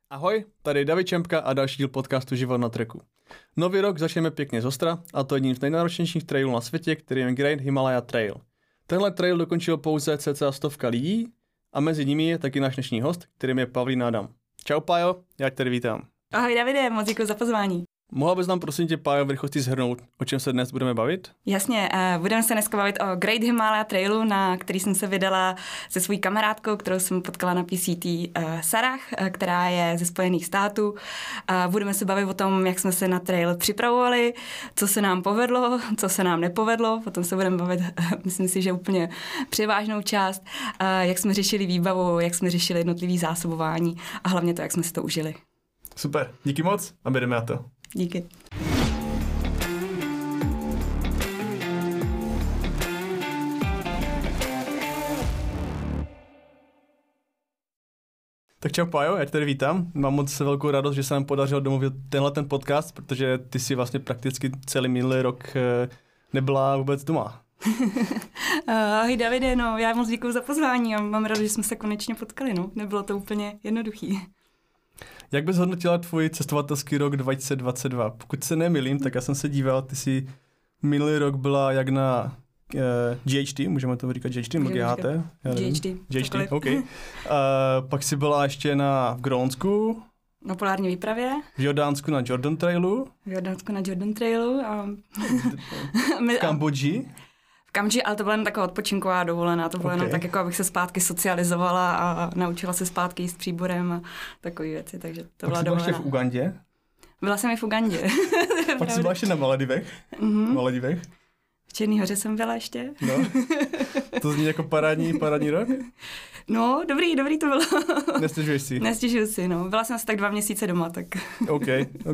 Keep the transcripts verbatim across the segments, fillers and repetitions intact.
Ahoj, tady David Čempka a další díl podcastu Život na treku. Nový rok začneme pěkně zostra, a to jedním z nejnáročnějších trailů na světě, kterým je Great Himalaya Trail. Tenhle trail dokončil pouze cca stovka lidí a mezi nimi je taky náš dnešní host, kterým je Pavlína Adam. Čau Pájo, já tady vítám. Ahoj Davide, moc děkuji za pozvání. Mohla bys nám prosím tě, Pájo, v rychlosti shrnout, o čem se dnes budeme bavit? Jasně, uh, budeme se dneska bavit o Great Himalaya Trailu, na který jsem se vydala se svojí kamarádkou, kterou jsem potkala na P C T uh, Sarah, uh, která je ze Spojených států. Uh, budeme se bavit o tom, jak jsme se na trail připravovali, co se nám povedlo, co se nám nepovedlo, potom se budeme bavit, uh, myslím si, že úplně převážnou část, uh, jak jsme řešili výbavu, jak jsme řešili jednotlivý zásobování a hlavně to, jak jsme si to užili. Super, díky moc a jdeme na to. Díky. Tak čau Pájo, já tě tady vítám. Mám moc velkou radost, že se nám podařilo domluvit tenhle ten podcast, protože ty si vlastně prakticky celý minulý rok nebyla vůbec doma. Ahoj Davide, no já moc děkuji za pozvání a mám radost, že jsme se konečně potkali, no. Nebylo to úplně jednoduchý. Jak bys hodnotila tvůj cestovatelský rok dva tisíce dvacet dva? Pokud se nemýlím, tak já jsem se díval, ty jsi minulý rok byla jak na uh, G H T, můžeme to říkat G H T, nebo G H T? G H T, G H T, OK. Uh, pak jsi byla ještě na v Grónsku. Na polární výpravě. V Jordánsku na Jordan Trailu. V Jordánsku na Jordan Trailu. A... v Kambodži. V Kambodži, ale to byla jen taková odpočinková dovolená, to bylo okay. Jenom tak, jako abych se zpátky socializovala a naučila se zpátky jíst příborem a takové věci, takže to pak byla dovolená. dovolená. Pak jsi v Ugandě? Byla jsem i v Ugandě. Pak jsi byla ještě na Maledivech? Mm-hmm. Maledivech? V Černý Hoře jsem byla ještě. No, to zní jako parádní, parádní rok? No, dobrý, dobrý to bylo. Nestěžuješ si? Nestěžuji si, no. Byla jsem asi tak dva měsíce doma, tak... OK, OK.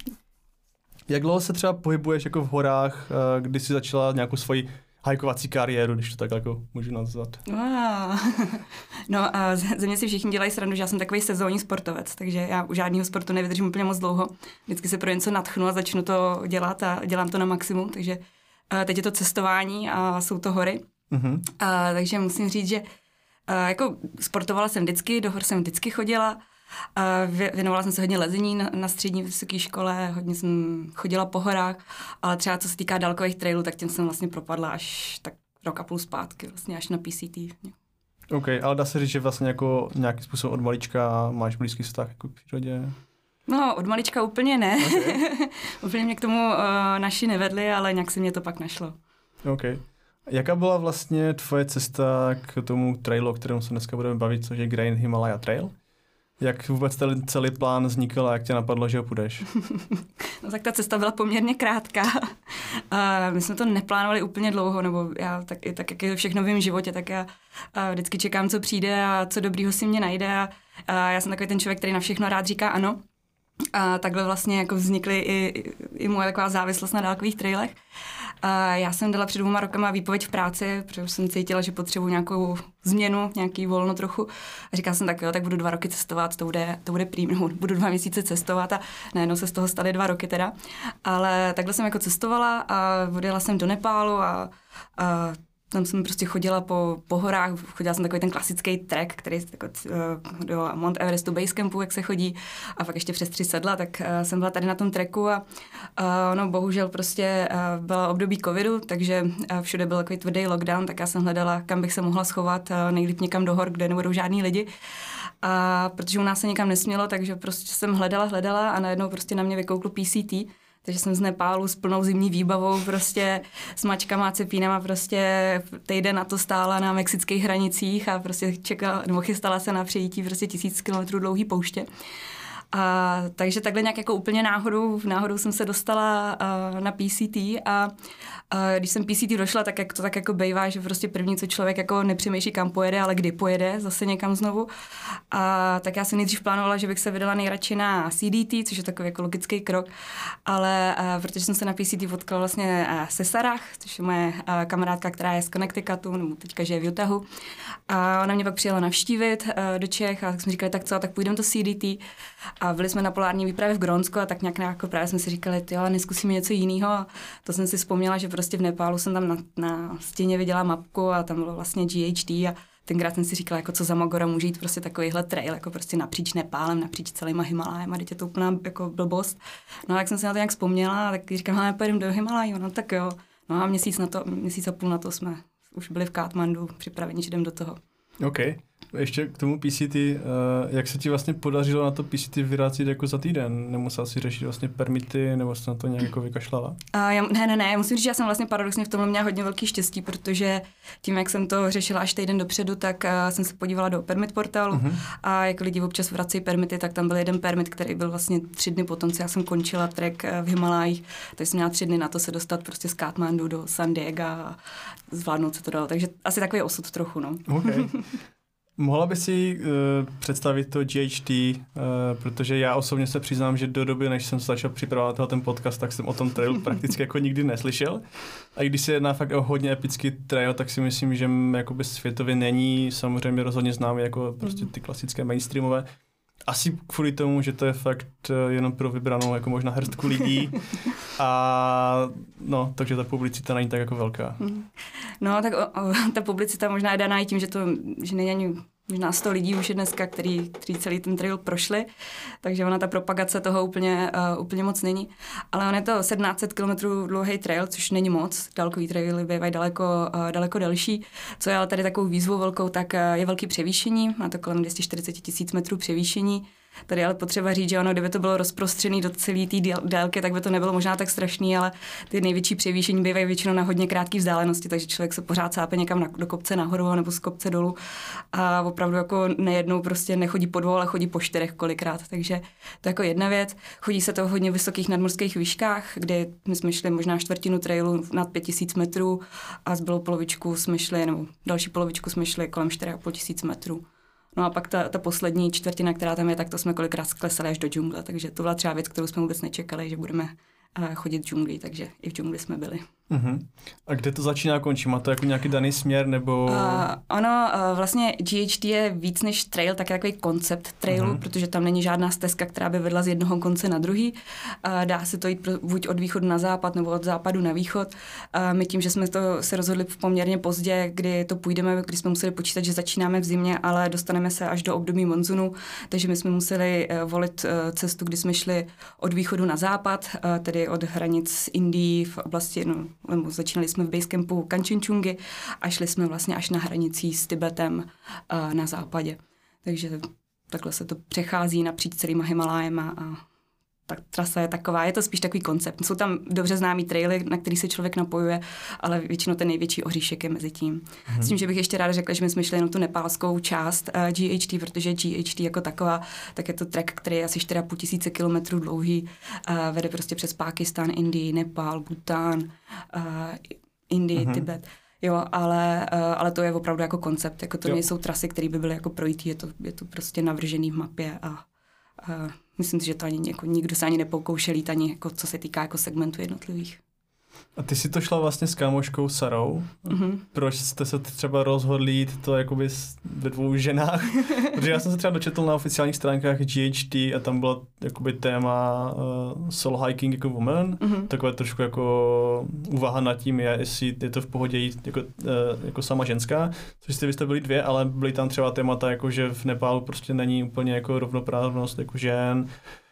Jak dlouho se třeba pohybuješ jako v horách, když jsi začala nějakou svoji hajkovací kariéru, když to tak jako můžu nazvat? Wow. No a ze mě si všichni dělají srandu, že já jsem takový sezónní sportovec, takže já u žádného sportu nevydržím úplně moc dlouho. Vždycky se pro něco nadchnu a začnu to dělat a dělám to na maximum, takže teď je to cestování a jsou to hory. Mm-hmm. A, takže musím říct, že a, jako sportovala jsem vždycky, do hor jsem vždycky chodila. A věnovala jsem se hodně lezení na, na střední vysoké škole, hodně jsem chodila po horách, ale třeba co se týká dálkových trailů, tak těm jsem vlastně propadla až tak rok a půl zpátky, vlastně až na P C T. OK, ale dá se říct, že vlastně jako nějakým způsobem od malička máš blízký vztah jako k přírodě? No, od malička úplně ne. Okay. Úplně mě k tomu uh, naši nevedli, ale nějak se mě to pak našlo. OK. Jaká byla vlastně tvoje cesta k tomu trailu, o kterém se dneska budeme bavit, což je Great Himalaya Trail? Jak vůbec ten celý plán vznikl a jak tě napadlo, že ho půjdeš? No tak ta cesta byla poměrně krátká. A my jsme to neplánovali úplně dlouho, nebo já tak, tak jak je všechno v mém životě, tak já vždycky čekám, co přijde a co dobrýho si mě najde. A, a já jsem takový ten člověk, který na všechno rád říká ano. A takhle vlastně jako vznikly i, i, i moje taková závislost na dálkových trailech. A já jsem dala před dvěma rokama výpověď v práci, protože jsem cítila, že potřebuji nějakou změnu, nějaký volno trochu. A říkala jsem tak jo, tak budu dva roky cestovat, to bude, to bude prým, no, budu dva měsíce cestovat a najednou se z toho staly dva roky teda. Ale takhle jsem jako cestovala a odjela jsem do Nepálu a, a tam jsem prostě chodila po, po horách, chodila jsem takový ten klasický trek, který jako, do Mount Everestu Basecampu, jak se chodí, a pak ještě přes tři sedla, tak uh, jsem byla tady na tom treku a uh, no bohužel prostě uh, byla období covidu, takže uh, všude byl takový tvrdý lockdown, tak já jsem hledala, kam bych se mohla schovat, uh, nejlíp někam do hor, kde nebudou žádný lidi. A protože u nás se nikam nesmělo, takže prostě jsem hledala, hledala a najednou prostě na mě vykouklo P C T. Takže jsem z Nepálu s plnou zimní výbavou, prostě s mačkama a cepínama, prostě týden na to stála na mexických hranicích a prostě čekala, nebo chystala se na přejítí prostě tisíc kilometrů dlouhý pouště. A, takže takhle nějak jako úplně náhodou, náhodou jsem se dostala uh, na P C T a uh, když jsem P C T došla, tak jak to tak jako bejvá, že prostě první, co člověk jako nepřemýšlí, kam pojede, ale kdy pojede zase někam znovu. A tak já jsem nejdřív plánovala, že bych se vydala nejradši na C D T, což je takový jako logický krok, ale uh, protože jsem se na P C T potkala vlastně uh, se Sarah, což je moje uh, kamarádka, která je z Connecticutu, nebo teďka žije v Utahu. A ona mě pak přijela navštívit uh, do Čech a tak jsme říkali, tak co, tak půjdeme to C D T. A byli jsme na polární výpravě v Grónsku a tak nějak jako právě jsme si říkali, jo, neskusíme něco jiného. A to jsem si vzpomněla, že prostě v Nepálu jsem tam na, na stěně viděla mapku a tam bylo vlastně G H T a tenkrát jsem si říkala, jako co za Magora může jít prostě takovýhle trail, jako prostě napříč Nepálem, napříč celýma Himalájem, a teď je to úplná jako blbost. No a tak jsem si na to nějak vzpomněla, tak říkám, ale pojedeme do Himaláju, no tak jo. No a měsíc na to, měsíc a půl na to jsme už byli v Katmandu připraveni, že jdem do toho. OK. Ještě k tomu P C T, uh, jak se ti vlastně podařilo na to P C T vyrazit jako za týden? Nemusela si řešit vlastně permity, nebo jsi na to nějak jako vykašlala? Uh, já, ne, ne, ne, musím říct, že já jsem vlastně paradoxně v tomhle měla hodně velký štěstí, protože tím, jak jsem to řešila až týden dopředu, tak uh, jsem se podívala do permit portálu uh-huh. a jak lidi občas vrací permity, tak tam byl jeden permit, který byl vlastně tři dny potom, co já jsem končila trek v Himalájích, takže jsem měla tři dny na to se dostat prostě z Katmandu do San Diega a zvládnout se to dalo. Takže asi takový osud trochu, no. Okay. Mohla by si uh, představit to G H T, uh, protože já osobně se přiznám, že do doby, než jsem začal připravovat ten podcast, tak jsem o tom trailu prakticky jako nikdy neslyšel. A když se jedná fakt o hodně epický trail, tak si myslím, že jakoby světově není samozřejmě rozhodně známý jako prostě ty klasické mainstreamové. Asi kvůli tomu, že to je fakt jenom pro vybranou jako možná hrstku lidí a no, takže ta publicita není tak jako velká. No, tak o, o, ta publicita možná je daná i tím, že to, že není ani možná sto lidí už je dneska, který, který celý ten trail prošli, takže ona ta propagace toho úplně, uh, úplně moc není. Ale on je to sedmnáct set kilometrů dlouhý trail, což není moc, dálkový traily bývají daleko, uh, daleko delší. Co je ale tady takovou výzvou velkou, tak uh, je velký převýšení, má to kolem dvě stě čtyřicet tisíc metrů převýšení. Tady ale potřeba říct, že ono, kdyby to bylo rozprostřený do celé té délky, tak by to nebylo možná tak strašný, ale ty největší převýšení bývají většinou na hodně krátké vzdálenosti, takže člověk se pořád sápe někam na, do kopce nahoru nebo z kopce dolů a opravdu jako nejednou prostě nechodí po dvou, ale chodí po čtyřech kolikrát, takže to je jako jedna věc. Chodí se to v hodně vysokých nadmořských výškách, kde my jsme šli možná čtvrtinu trailu nad pět tisíc metrů a zbylou polovičku jsme šli, nebo další polovičku jsme šli kolem čtyři a půl tisíc metrů. No a pak ta, ta poslední čtvrtina, která tam je, tak to jsme kolikrát sklesali až do džungle, takže to byla třeba věc, kterou jsme vůbec nečekali, že budeme uh, chodit v džungli, takže i v džungli jsme byli. Uh-huh. A kde to začíná a končí? Má to jako nějaký daný směr, nebo... Uh, ono, uh, vlastně G H T je víc než trail, tak je takový koncept trailu, uh-huh. protože tam není žádná stezka, která by vedla z jednoho konce na druhý. Uh, dá se to jít pro, buď od východu na západ, nebo od západu na východ. Uh, my tím, že jsme to se rozhodli poměrně pozdě, kdy to půjdeme, kdy jsme museli počítat, že začínáme v zimě, ale dostaneme se až do období monzunu, takže my jsme museli uh, volit uh, cestu, kdy jsme šli od východu na západ, uh, tedy od hranic Indii v oblasti, no, začínali jsme v basecampu Kanchenjungy a šli jsme vlastně až na hranicí s Tibetem uh, na západě. Takže takhle se to přechází napříč celýma Himalájema a ta trasa je taková, je to spíš takový koncept. Jsou tam dobře známý traily, na který se člověk napojuje, ale většinou ten největší oříšek je mezi tím. Hmm. S tím, že bych ještě ráda řekla, že my jsme šli jenom tu nepálskou část uh, G H T, protože G H T jako taková, tak je to trek, který je asi čtyři a půl tisíce kilometrů dlouhý, uh, vede prostě přes Pákistán, Indii, Nepál, Bhután, uh, Indii, hmm. Tibet. Jo, ale, uh, ale to je opravdu jako koncept, jako to jo. Nejsou trasy, které by byly jako projítý, je to, je to prostě navržený v mapě a uh, myslím si, že to ani jako, nikdo se ani nepokoušel jít, ani jako, co se týká jako segmentu jednotlivých. A ty si to šla vlastně s kámoškou Sarou. Mm-hmm. Proč jste se třeba rozhodli jít to jakoby ve dvou ženách? Protože já jsem se třeba dočetl na oficiálních stránkách G H T a tam bylo jakoby téma uh, solo hiking jako woman. Mm-hmm. Takové trošku jako úvaha nad tím, je, jestli je to v pohodě jít jako, uh, jako sama ženská. Což jste, vy jste byli dvě, ale byly tam třeba témata, jako že v Nepálu prostě není úplně jako rovnoprávnost jako žen.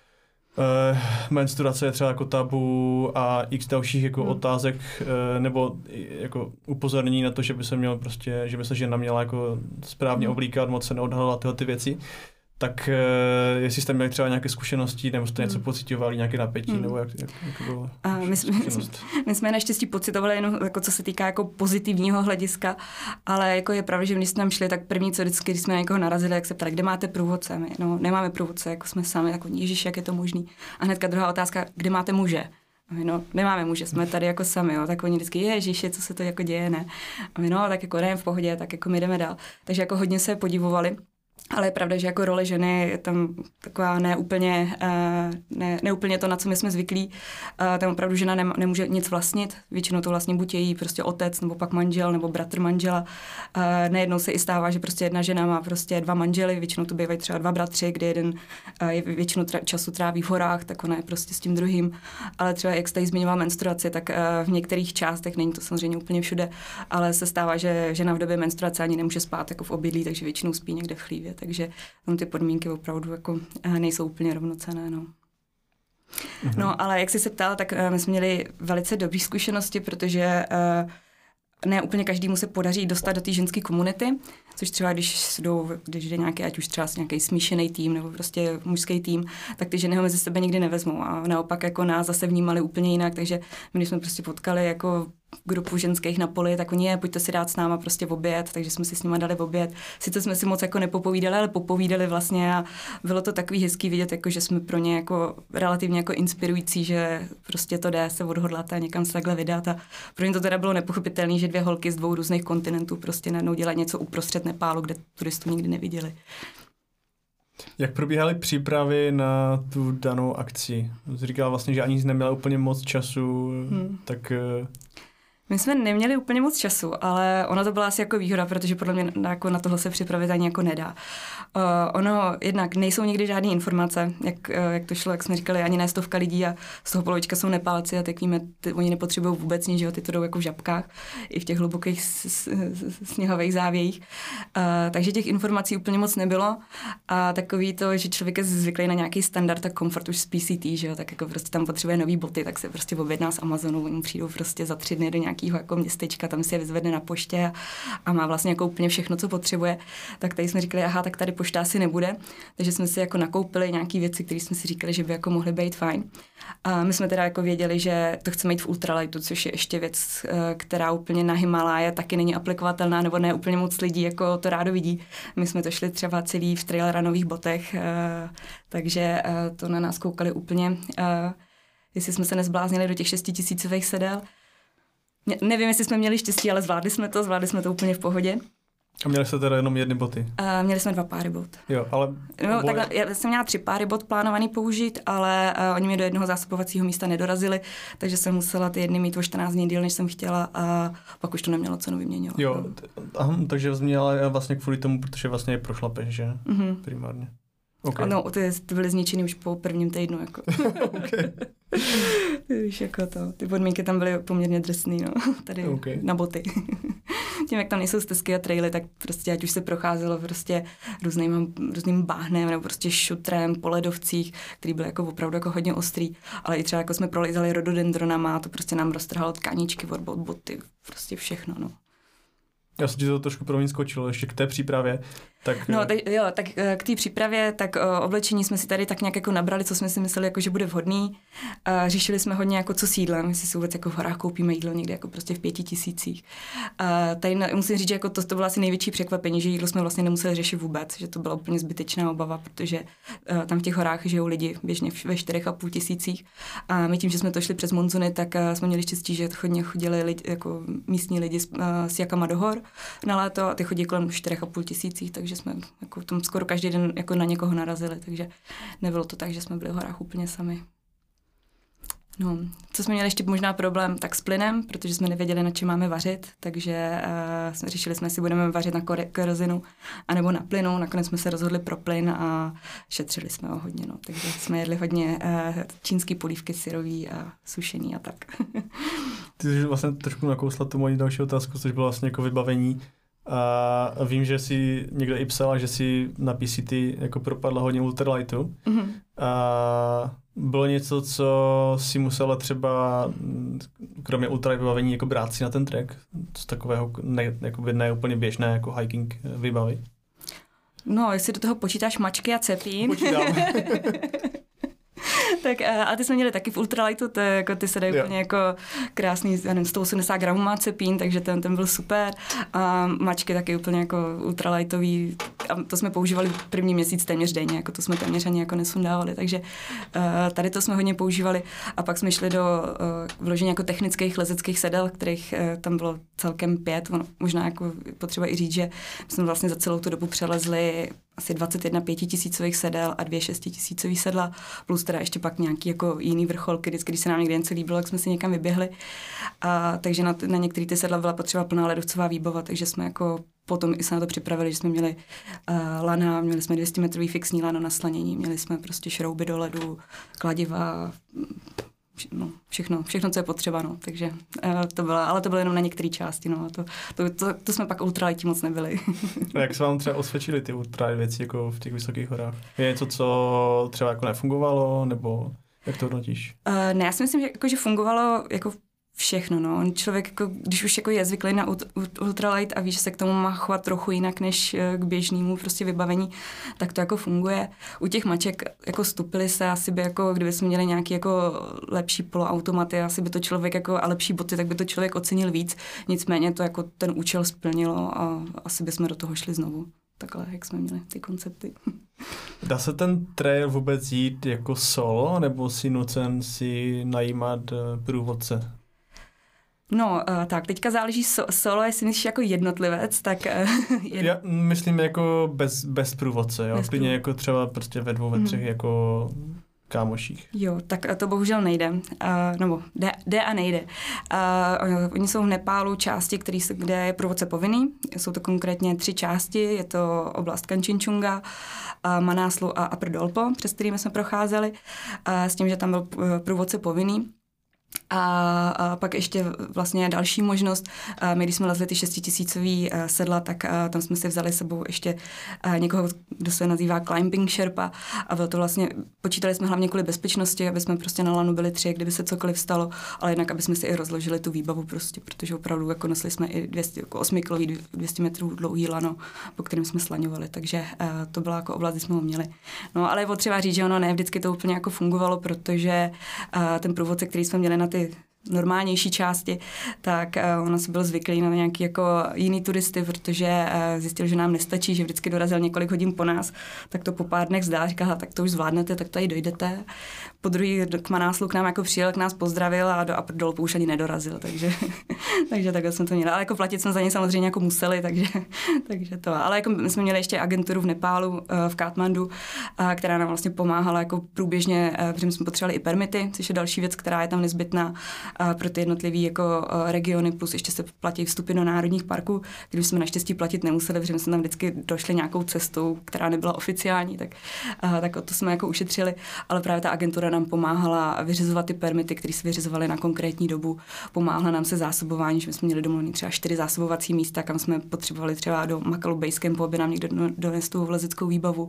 Uh, menstruace je třeba jako tabu a x dalších jako hmm. otázek uh, nebo jako upozornění na to, že by se mělo prostě, že by se žena měla jako správně hmm. oblíkat, moc se neodhalovat tyhle ty věci. Tak uh, jestli jste měli třeba nějaké zkušenosti, nebo jste něco pocitovali, nějaké napětí, hmm. nebo jak, jak, jak bylo a my, jsme, my jsme naštěstí pocitovali jenom jako co se týká jako pozitivního hlediska, ale jako je pravda, že když jsme tam šli, tak první, co vždycky, když jsme na někoho narazili, jak se ptali, kde máte průvodce? My, no, nemáme průvodce, jako jsme sami, jako ježiš, jak je to možný. A hnedka druhá otázka, kde máte muže? A my, no, nemáme muže, jsme tady jako sami, jo. Tak oni vždycky, ježiši, co se to jako děje, ne? A my, no, tak jako ne, v pohodě, tak jako my jdeme dál. Takže jako hodně se podivovali. Ale je pravda, že jako role ženy je tam taková neúplně, ne, neúplně to, na co my jsme zvyklí. Tam opravdu žena nem, nemůže nic vlastnit. Většinou to vlastně buď její prostě otec, nebo pak manžel, nebo bratr manžela. Nejednou se i stává, že prostě jedna žena má prostě dva manžely, většinou to bývají třeba dva bratři, kde jeden je většinu tra- času tráví v horách, tak ona je prostě s tím druhým. Ale třeba, jak jste jí zmiňovala menstruaci, tak v některých částech, není to samozřejmě úplně všude, ale se stává, že žena v době menstruace ani nemůže spát jako v obydlí, takže většinou spí někde v chlívě. Takže tam ty podmínky opravdu jako nejsou úplně rovnocenné. No. Mhm. No, ale jak jsi se ptala, tak uh, my jsme měli velice dobré zkušenosti, protože uh, ne úplně každému se podaří dostat do té ženské komunity, což třeba když jdou, když jde nějaký, ať už třeba nějaký smíšený tým nebo prostě mužský tým, tak ty ženy ho mezi sebe nikdy nevezmou a naopak jako nás zase vnímali úplně jinak, takže my když jsme prostě potkali jako grupu ženských na poli, tak oni je, pojďte si dát s náma prostě v oběd, takže jsme si s nima dali v oběd. Sice jsme si moc jako nepopovídali, ale popovídali vlastně a bylo to takový hezký vidět, jako, že jsme pro ně jako relativně jako inspirující, že prostě to jde se odhodlat a někam se takhle vydat a pro ně to teda bylo nepochopitelné, že dvě holky z dvou různých kontinentů prostě najednou dělají něco uprostřed Nepálu, kde turistů nikdy neviděli. Jak probíhaly přípravy na tu danou akci? Jsi říkala vlastně, že ani neměla úplně moc času, hmm. tak... My jsme neměli úplně moc času, ale ono to byla asi jako výhoda, protože podle mě jako na tohle se připravit ani jako nedá. Uh, ono jednak nejsou nikdy žádné informace, jak, uh, jak to šlo, jak jsme říkali, ani ne stovka lidí a z toho polovička jsou Nepálci a tak víme, ty, oni nepotřebují vůbec nic, že jo, ty to jdou jako v žabkách i v těch hlubokých s, s, s, sněhových závějích. Uh, takže těch informací úplně moc nebylo a takový to, že člověk je zvyklý na nějaký standard a komfort už z P C T, že jo, tak jako prostě tam potřebuje nový boty, tak se prostě objedná z Amazonu, oni přijdou prostě za tři dny do nějakého jako městečka, tam si je vyzvedne na poště a, a má vlastně jako úplně všechno, co potřebuje. Tak tady jsme říkali, aha, tak tady pošta asi nebude, takže jsme si jako nakoupili nějaké věci, které jsme si říkali, že by jako mohly být fajn. A my jsme teda jako věděli, že to chceme jít v ultralightu, což je ještě věc, která úplně na Himaláje taky není aplikovatelná, nebo ne úplně moc lidí jako to rádo vidí. My jsme to šli třeba celý v trail runových botech, takže to na nás koukali úplně, jestli jsme se nezbláznili do těch šestitisícových sedel. Nevím, jestli jsme měli štěstí, ale zvládli jsme to, zvládli jsme to úplně v pohodě. A měli jste teda jenom jedny boty? Uh, měli jsme dva páry bot. Jo, ale... No, takhle, já jsem měla tři páry bot plánovaný použít, ale uh, oni mě do jednoho zásobovacího místa nedorazili, takže jsem musela ty jedny mít o čtrnáct dní díl, než jsem chtěla a pak už to nemělo cenu vyměňovat. Jo, t- aha, takže změnila vlastně kvůli tomu, protože vlastně je prošlapeš, že? Mm-hmm. Primárně. Okay. No, ty, ty byly zničený už po prvním týdnu, jako. Okay. Víš, jako to, ty podmínky tam byly poměrně drsný, no, tady okay. Na boty. Tím, jak tam nejsou stezky a traily, tak prostě ať už se procházelo prostě různým, různým báhnem nebo prostě šutrem po ledovcích, který byl jako opravdu jako hodně ostrý, ale i třeba jako jsme prolezali rododendronama, to prostě nám roztrhalo tkáničky od boty, prostě všechno, no. Já jsem ti to trošku pro mě skočilo, ještě k té přípravě. Tak... No, tak, jo, tak k té přípravě, tak o, oblečení jsme si tady tak nějak jako nabrali, co jsme si mysleli, jako, že bude vhodný. A řešili jsme hodně jako co s jídlem, jestli si vůbec jako v horách koupíme jídlo někde jako prostě v pěti tisících. A tady na, musím říct, že jako to, to bylo asi největší překvapení, že jídlo jsme vlastně nemuseli řešit vůbec, že to byla úplně zbytečná obava, protože uh, tam v těch horách žijou lidi běžně ve čtyřech a půl tisících. A my tím, že jsme to šli přes monzuny, tak uh, jsme měli štěstí, že hodně chodili lidi, jako místní lidi s, uh, s jakama do hor na léto a ty chodí kolem čtyřech a půl tisících, takže jsme jako tam skoro každý den jako na někoho narazili, takže nebylo to tak, že jsme byli v horách úplně sami. No, co jsme měli ještě možná problém, tak s plynem, protože jsme nevěděli, na čem máme vařit, takže uh, řešili jsme, jestli budeme vařit na kerozinu anebo na plynu. Nakonec jsme se rozhodli pro plyn a šetřili jsme ho hodně, no. Takže jsme jedli hodně uh, čínský polívky syrový a sušený a tak. Ty jsi vlastně trošku nakousla tu moji další otázku, což bylo vlastně jako vybavení. A vím, že jsi někde i psala, že jsi na P C T jako propadla hodně ultralightu. Mm-hmm. A bylo něco, co si musela třeba, kromě ultralight vybavení, jako brát si na ten trek? Z takového ne, jakoby ne úplně běžné jako hiking vybavy? No, jestli do toho počítáš mačky a cepín. Počítám. Tak a ty jsme měli taky v ultralightu, to je, jako ty se dají yeah. úplně jako krásný, já nevím, sto osmdesát gramů má cepín, takže ten, ten byl super. A mačky taky úplně jako ultralightové. A to jsme používali první měsíc téměř denně, jako to jsme téměř ani jako nesundávali, takže uh, tady to jsme hodně používali. A pak jsme šli do uh, vložení jako technických lezeckých sedel, kterých uh, tam bylo celkem pět. Ono, možná jako potřeba i říct, že jsme vlastně za celou tu dobu přelezli asi dvacet jedna pětitisícových sedel a dvě šestitisícový sedla, plus teda ještě pak nějaký jako jiný vrcholky, vždycky, když se nám někde něco líbilo, jak jsme si někam vyběhli. A, takže na, na některé ty sedla byla potřeba plná ledovcová výbava, takže jsme jako potom i se na to připravili, že jsme měli uh, lana, měli jsme dvě stě metrový fixní lano na slanění, měli jsme prostě šrouby do ledu, kladiva, no, všechno, všechno, co je potřeba, no, takže uh, to bylo, ale to bylo jenom na některé části, no, a to, to, to, to jsme pak ultralighti moc nebyli. A jak se vám třeba osvědčily ty ultralight věci jako v těch vysokých horách? Je něco, co třeba jako nefungovalo, nebo jak to hodnotíš? Uh, ne, já si myslím, že, jako, že fungovalo jako všechno, no. On člověk, jako, když už jako je zvyklý na ultralight a ví, že se k tomu má chovat trochu jinak než k běžnému prostě vybavení, tak to jako funguje. U těch maček jako stupily se, asi by jako, kdyby jsme měli nějaký jako lepší poloautomaty, asi by to člověk jako a lepší boty, tak by to člověk ocenil víc. Nicméně to jako ten účel splnilo a asi bychom do toho šli znovu. Takhle, jak jsme měli ty koncepty. Dá se ten trail vůbec jít jako solo, nebo si nucen si najímat průvodce? No, uh, tak, teďka záleží so, solo, jestli myslíš jako jednotlivec, tak... Uh, jed... Já myslím jako bez, bez průvodce, jo, klidně jako třeba prostě ve dvou, ve třech mm. jako kámoších. Jo, tak to bohužel nejde, uh, nebo jde, jde a nejde. Uh, oni jsou v Nepálu části, který, kde je průvodce povinný, jsou to konkrétně tři části, je to oblast Kanchenjunga, uh, Manaslu a Upper Dolpo, přes kterými jsme procházeli, uh, s tím, že tam byl průvodce povinný. A, a pak ještě vlastně další možnost, a my když jsme lezli ty šestitisícový sedla, tak a, tam jsme si vzali sebou ještě a, někoho, kdo se nazývá climbing sherpa a bylo to vlastně, počítali jsme hlavně kvůli bezpečnosti, aby jsme prostě na lanu byli tři, kdyby se cokoliv stalo, ale jednak, aby jsme si i rozložili tu výbavu prostě, protože opravdu jako nosili jsme i dvě stě, jako osm kilový dvě stě metrů dlouhý lano, po kterém jsme slaňovali, takže a, to byla jako oblast, kdy jsme ho měli. No ale je potřeba říct, že ono ne vždycky to úplně jako fungovalo, protože a, ten průvodce, který jsme měli na ty normálnější části, tak uh, on asi byl zvyklý na nějaký jako jiný turisty, protože uh, zjistil, že nám nestačí, že vždycky dorazil několik hodin po nás, tak to po pár dnech zdál, říkal, tak to už zvládnete, tak tady dojdete. Po druhý k Manáslu k nám jako přijel, k nás pozdravil a do Upper Dolpo už ani nedorazil, takže, takže takhle jsme to měli. Ale jako platit jsme za ně samozřejmě jako museli, takže, takže to. Ale jako my jsme měli ještě agenturu v Nepálu, uh, v Katmandu, uh, která nám vlastně pomáhala jako průběžně, uh, protože jsme potřebovali i permity, což je další věc, která je tam nezbytná pro ty jednotlivé jako regiony, plus ještě se platí vstupy do národních parků, když jsme naštěstí platit nemuseli, protože jsme tam vždycky došli nějakou cestou, která nebyla oficiální, tak, tak o to jsme jako ušetřili, ale právě ta agentura nám pomáhala vyřizovat ty permity, které se vyřizovaly na konkrétní dobu, pomáhala nám se zásobování, že jsme měli domluvený třeba čtyři zásobovací místa, kam jsme potřebovali třeba do Makalu Basecampu, aby nám někdo donesl tu vlezeckou výbavu.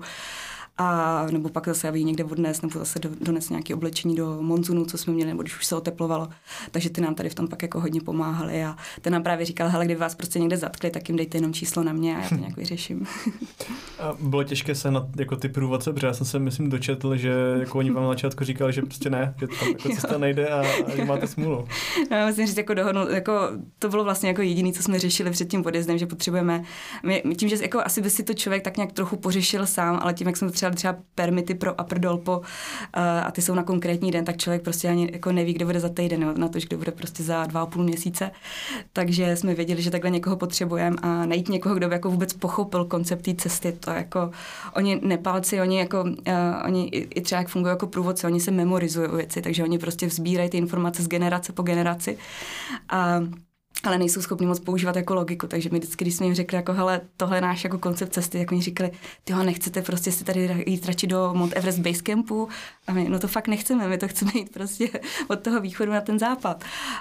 A nebo pak zase aby někde odnes, nebo zase do, dones nějaké oblečení do monzunu, co jsme měli, nebo když už se oteplovalo. Takže ty nám tady v tom pak jako hodně pomáhali a ten nám právě říkal, hele, kdyby vás prostě někde zatkli, tak jim dejte jenom číslo na mě a já to nějak vyřeším. A bylo těžké se na jako ty průvodce, protože já jsem se myslím dočetl, že jako oni vám na začátku říkali, že prostě ne, že tam jako cesta nejde a, a že máte smůlu. No, musím říct, jako dohodnout, jako to bylo vlastně jako jediné, co jsme řešili před tím odjezdem, že potřebujeme, my, tím, že jako asi by si to člověk tak nějak trochu pořešil sám, ale tím, jak jsme třeba třeba permity pro Upper Dolpo uh, a ty jsou na konkrétní den, tak člověk prostě ani jako neví, kde bude za týden, jo, na to, kde bude prostě za dva a půl měsíce. Takže jsme věděli, že takhle někoho potřebujeme a najít někoho, kdo by jako vůbec pochopil koncept té cesty. To jako, oni Nepálci, oni jako, uh, oni i, i třeba jak fungují jako průvodci, oni se memorizují věci, takže oni prostě vzbírají ty informace z generace po generaci. A ale nejsou schopni moc používat jako logiku, takže my vždycky, když jsme jim řekli, jako hele, tohle je náš jako koncept cesty, tak oni říkali, tyho, nechcete prostě si tady jít radši do Mount Everest Base Campu? A my, no to fakt nechceme, my to chceme jít prostě od toho východu na ten západ.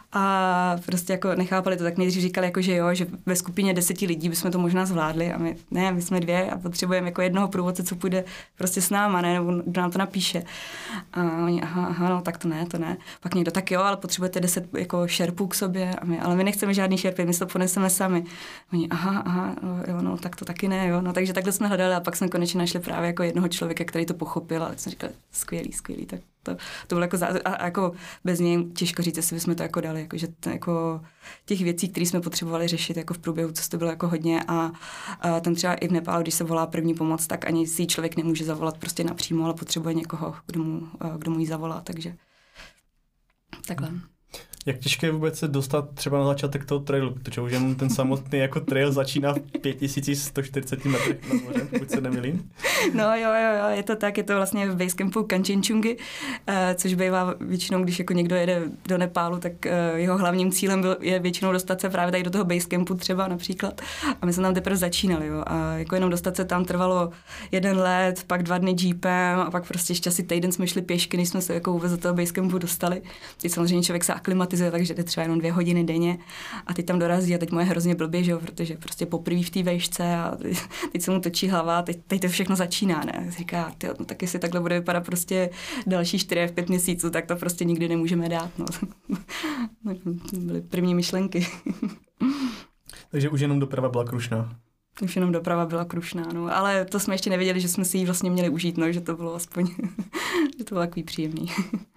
A prostě jako nechápali to, tak nejdřív říkali, jako, že jo, že ve skupině deseti lidí bychom to možná zvládli a my, ne, my jsme dvě a potřebujeme jako jednoho průvodce, co půjde prostě s náma, ne, nebo kdo nám to napíše. A oni, aha, aha, no tak to ne, to ne. Pak někdo, tak jo, ale potřebujete deset jako šerpů k sobě a my, ale my nechceme žádný šerpy, my to poneseme sami. Oni, aha, aha, jo, no, tak to taky ne, jo. No, takže takhle jsme hledali a pak jsme konečně našli právě jako jednoho člověka, který to pochopil a tak jsme říkali, skvělý, skvělý, tak to, to bylo jako, zá... a, a jako bez něj těžko říct, jestli bychom to jako dali, jako, že to, jako těch věcí, které jsme potřebovali řešit jako v průběhu cesty bylo jako hodně a, a tam třeba i v Nepálu, když se volá první pomoc, tak ani si člověk nemůže zavolat prostě napřímo, ale potřebuje někoho, kdo mu, kdo mu ji zavolá, takže takhle. Jak těžké je vůbec se dostat třeba na začátek toho trailu, protože už jenom ten samotný jako trail začíná v pět tisíc sto čtyřicet metrech nad mořem, pokud se nemýlím. No jo, jo, jo, je to tak, je to vlastně v basecampu Kanchenjungi, eh, což bývá většinou, když jako někdo jede do Nepálu, tak eh, jeho hlavním cílem byl, je většinou dostat se právě tady do toho basecampu třeba například. A my jsme tam teprve začínali, jo. A jako jenom dostat se tam trvalo jeden let, pak dva dny jeepem a pak prostě ještě asi týden jsme šli pěšky, než jsme se jako vůbec do toho basecampu dostali. Teď samozřejmě člověk se aklimatizuje, takže jde třeba jenom dvě hodiny denně a teď tam dorazí a teď mu je hrozně blbě, že jo, protože prostě poprvé v té vejšce a teď se mu točí hlava a teď, teď to všechno začíná, ne? Říká, tyjo, no tak jestli takhle bude vypadat prostě další čtyři až pět měsíců, tak to prostě nikdy nemůžeme dát, no. To byly první myšlenky. Takže už jenom doprava byla krušná. Už jenom doprava byla krušná, no, ale to jsme ještě nevěděli, že jsme si ji vlastně měli užít, no, že to bylo aspoň, že to bylo takový příjemný.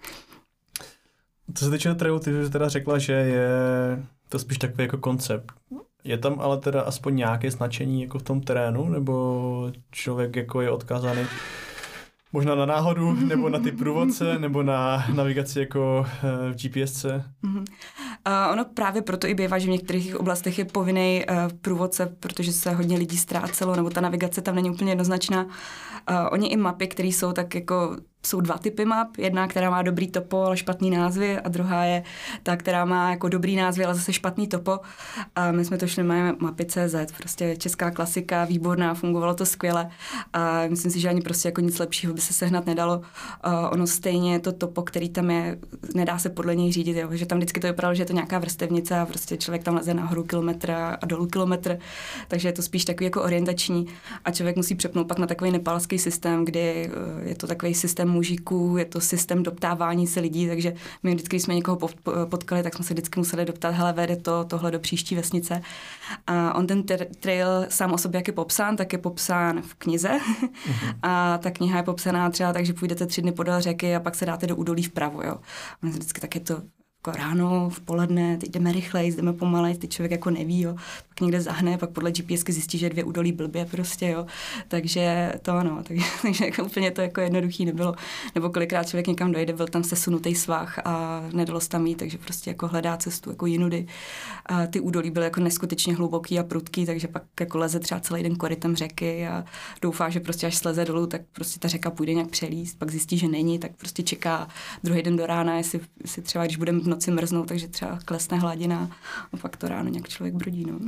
Co se týče trailu, ty jsi teda řekla, že je to spíš takový jako koncept. Je tam ale teda aspoň nějaké značení jako v tom terénu, nebo člověk jako je odkázaný možná na náhodu, nebo na ty průvodce, nebo na navigaci jako v G P S ce? Mm-hmm. Uh, ono právě proto i bývá, že v některých oblastech je povinný uh, průvodce, protože se hodně lidí ztrácelo, nebo ta navigace tam není úplně jednoznačná. Uh, oni i mapy, které jsou tak jako jsou dva typy map. Jedna, která má dobrý topo, ale špatný názvy, a druhá je ta, která má jako dobrý názvy, ale zase špatný topo. A my jsme to šli, máme mapy tečka cé zet, prostě česká klasika, výborná, fungovalo to skvěle. A myslím si, že ani prostě jako nic lepšího by se sehnat nedalo. A ono stejně to topo, který tam je, nedá se podle něj řídit, jo, že tam vždycky to vypadalo, že je to nějaká vrstevnice a prostě člověk tam leze nahoru kilometr a dolů kilometr, takže je to spíš takový jako orientační a člověk musí přepnout pak na takový nepálský systém, kdy je to takový systém mužíků, je to systém doptávání se lidí, takže my vždycky, když jsme někoho potkali, tak jsme se vždycky museli doptat, hele, vede to tohle do příští vesnice. A on ten ter- trail sám o sobě, jak je popsán, tak je popsán v knize. Uh-huh. A ta kniha je popsaná třeba tak, že půjdete tři dny podél řeky a pak se dáte do údolí vpravo, jo. A vždycky tak je to jako ráno, v poledne, teď jdeme rychleji, jdeme pomalej, teď člověk jako neví, jo. Pak někde zahne, pak podle GPSky zjistí, že dvě údolí blbě prostě, jo. Takže to ano, takže, takže jako úplně to jako jednoduchý nebylo. Nebo kolikrát člověk někam dojde, byl tam sesunutý svah a nedalo se tam jít, takže prostě jako hledá cestu jako jinudy. A ty údolí byly jako neskutečně hluboký a prudký, takže pak jako leze třeba celý den korytem řeky a doufá, že prostě až sleze dolů, tak prostě ta řeka půjde nějak přelíst, pak zjistí, že není, tak prostě čeká druhý den do rána, jestli, jestli třeba když budeme v noci mrznou, takže třeba klesne hladina a pak to ráno nějak člověk brodí, no.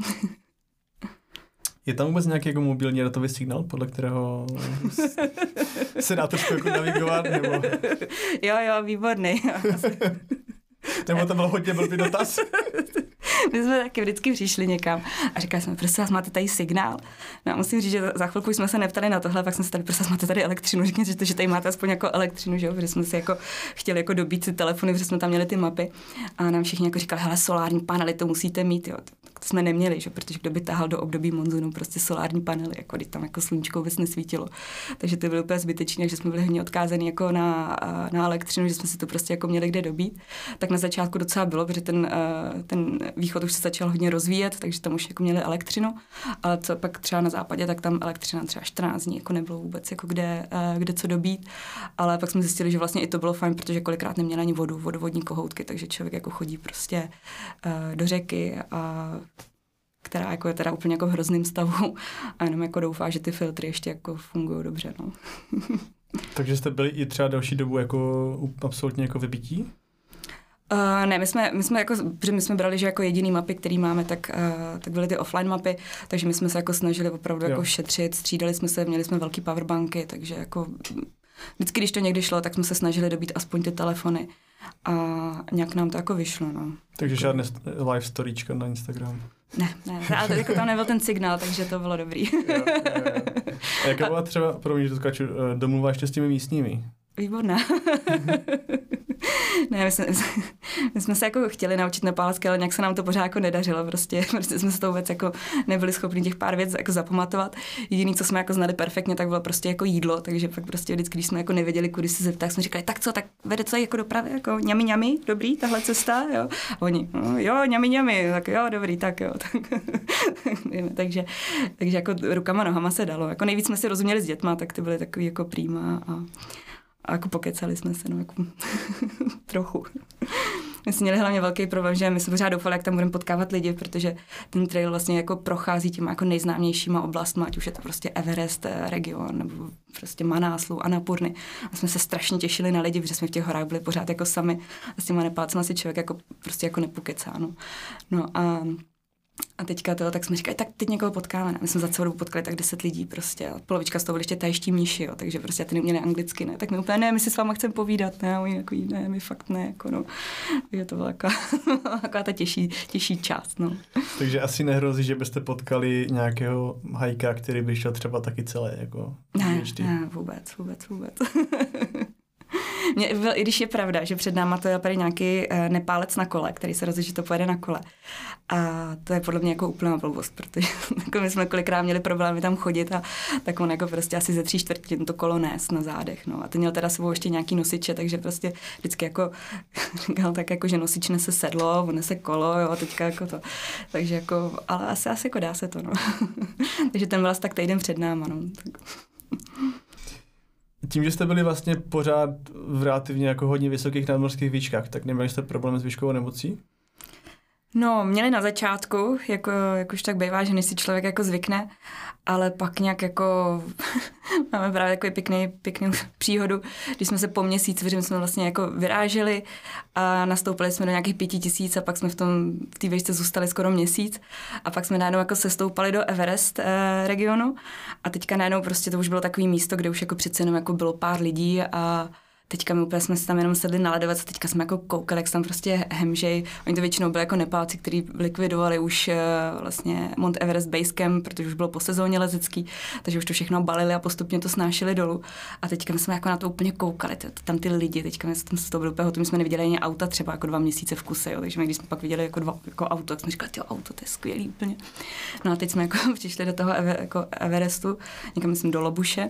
Je tam vůbec nějaký jako mobilní datový signál, podle kterého se dá trošku jako navigovat, nebo? Jo, jo, výborný. Nebo to bylo hodně blbý dotaz? My jsme taky vždycky přišli někam a říkali jsme, prosím vás, máte tady signál? No a musím říct, že za chvilku jsme se neptali na tohle, pak jsme se tady, prosím vás, máte tady elektřinu, řekněte, že tady máte aspoň jako elektřinu, že jo, protože jsme si jako chtěli jako dobít si telefony, protože jsme tam měli ty mapy a nám všichni jako říkali, hele, solární panely to musíte mít, jo. To jsme neměli, že? Protože kdo by tahal do období monzunu prostě solární panely, jako když tam jako sluníčko vůbec nesvítilo. Takže to bylo úplně zbytečné, že jsme byli hodně odkázaní jako na, na elektřinu, že jsme si to prostě jako měli kde dobít. Tak na začátku docela bylo, protože ten, ten východ už se začal hodně rozvíjet, takže tam už jako měli elektřinu, ale co pak třeba na západě, tak tam elektřina třeba čtrnáct dní jako nebylo vůbec jako kde, kde co dobít. Ale pak jsme zjistili, že vlastně i to bylo fajn, protože kolikrát neměla ani vodu, vodovodní kohoutky, takže člověk jako chodí prostě do řeky a která jako je teda úplně jako v hrozném stavu a jenom jako doufá, že ty filtry ještě jako fungují dobře, no. Takže jste byli i třeba další dobu jako absolutně jako vybití? Uh, ne, my jsme, my jsme jako, protože my jsme brali, že jako jediný mapy, který máme, tak, uh, tak byly ty offline mapy, takže my jsme se jako snažili opravdu jako šetřit, střídali jsme se, měli jsme velký powerbanky, takže jako vždycky, když to někdy šlo, tak jsme se snažili dobít aspoň ty telefony a nějak nám to jako vyšlo, no. Takže žádné live storyčka na Instagram? Ne, ne, ale to, jako tam nebyl ten signál, takže to bylo dobrý. Jo, jo, jo. A jaká byla třeba, pro mě, že to skáču, domluva ještě s těmi místními? Výborná. Ne, my jsme, my jsme se jako chtěli naučit nepálsky, ale nějak se nám to pořád jako nedařilo. Prostě, prostě jsme se to vůbec jako nebyli schopni těch pár věc jako zapamatovat. Jediný, co jsme jako znali perfektně, tak bylo prostě jako jídlo, takže fakt prostě vždycky, když jsme jako nevěděli, kudy se zeptat, tak jsme říkali, tak co, tak vede to jako dopravy, jako ňami ňami, dobrý, tahle cesta, jo. A oni, no, jo, ňami ňami, tak jo, dobrý, tak jo. Tak, takže, takže jako rukama, nohama se dalo. Jako nejvíc jsme si rozuměli s dětma, tak ty byly takový jako prýma a A jako pokecali jsme se, no jako trochu. my jsme měli hlavně velký problém, že my jsme pořád doufali, jak tam budeme potkávat lidi, protože ten trail vlastně jako prochází těma jako nejznámějšíma oblastma, ať už je to prostě Everest region, nebo prostě Manáslu, Annapurny. A jsme se strašně těšili na lidi, protože jsme v těch horách byli pořád jako sami a s těma Nepálcema si člověk jako prostě jako nepokecá, no. No a A teďka to, tak jsme říkali, tak teď někoho potkáme. My jsme za celou dobu potkali tak deset lidí prostě. A polovička z toho byli ještě tajští mniši, jo, takže prostě ty neuměli anglicky, ne. Tak my úplně, ne, my si s váma chceme povídat, ne, a oni jako, ne, my fakt ne, jako no. Takže to byla taková, taková ta těžší, těžší část, no. Takže asi nehrozí, že byste potkali nějakého hajka, který by šel třeba taky celé, jako ne, ne, vůbec, vůbec, vůbec. Mě, I když je pravda, že před náma to je tady nějaký uh, Nepálec na kole, který se rozhodl, že to pojede na kole. A to je podle mě jako úplná blbost, protože jako my jsme kolikrát měli problémy tam chodit a tak on jako prostě asi ze tří čtvrtin to kolo nést na zádech. No. A ten měl teda sebou ještě nějaký nosiče, takže prostě vždycky jako říkal tak jako, že nosič nese sedlo, on nese kolo, jo, teďka jako to. Takže jako, ale asi, asi jako dá se to, no. Takže ten byl asi tak týden před náma, no. Tak. Tím, že jste byli vlastně pořád v relativně jako hodně vysokých nadmořských výškách, tak neměli jste problém s výškovou nemocí? No, měli na začátku, jako, jak už tak bývá, že než si člověk jako zvykne, ale pak nějak jako máme právě takový pěkný, pěkný příhodu, když jsme se po měsíci, protože jsme vlastně jako vyráželi a nastoupili jsme do nějakých pěti tisíc a pak jsme v tom v té výšce zůstali skoro měsíc a pak jsme najednou jako sestoupali do Everest eh, regionu a teďka najednou prostě to už bylo takový místo, kde už jako přece jenom jako bylo pár lidí a teďka my úplně jsme se tam jenom sedli na ledovec a teďka jsme jako koukali, jak se tam prostě hemžej. Oni to většinou byli jako Nepálci, kteří likvidovali už uh, vlastně Mount Everest Base Camp, protože už bylo po sezóně lezecký, takže už to všechno balili a postupně to snášeli dolů. A teďka my jsme jako na to úplně koukali, t- tam ty lidi, teďka my jsme tam z toho byli úplně hotoví, my jsme neviděli ani auta třeba jako dva měsíce v kuse, jo, takže my když jsme pak viděli jako, dva, jako auto, tak jsme říkali, jo, auto, to je skvělý úplně. No a teď jsme jako přišli do toho Ever, jako Everestu, někam myslím do Lobuše.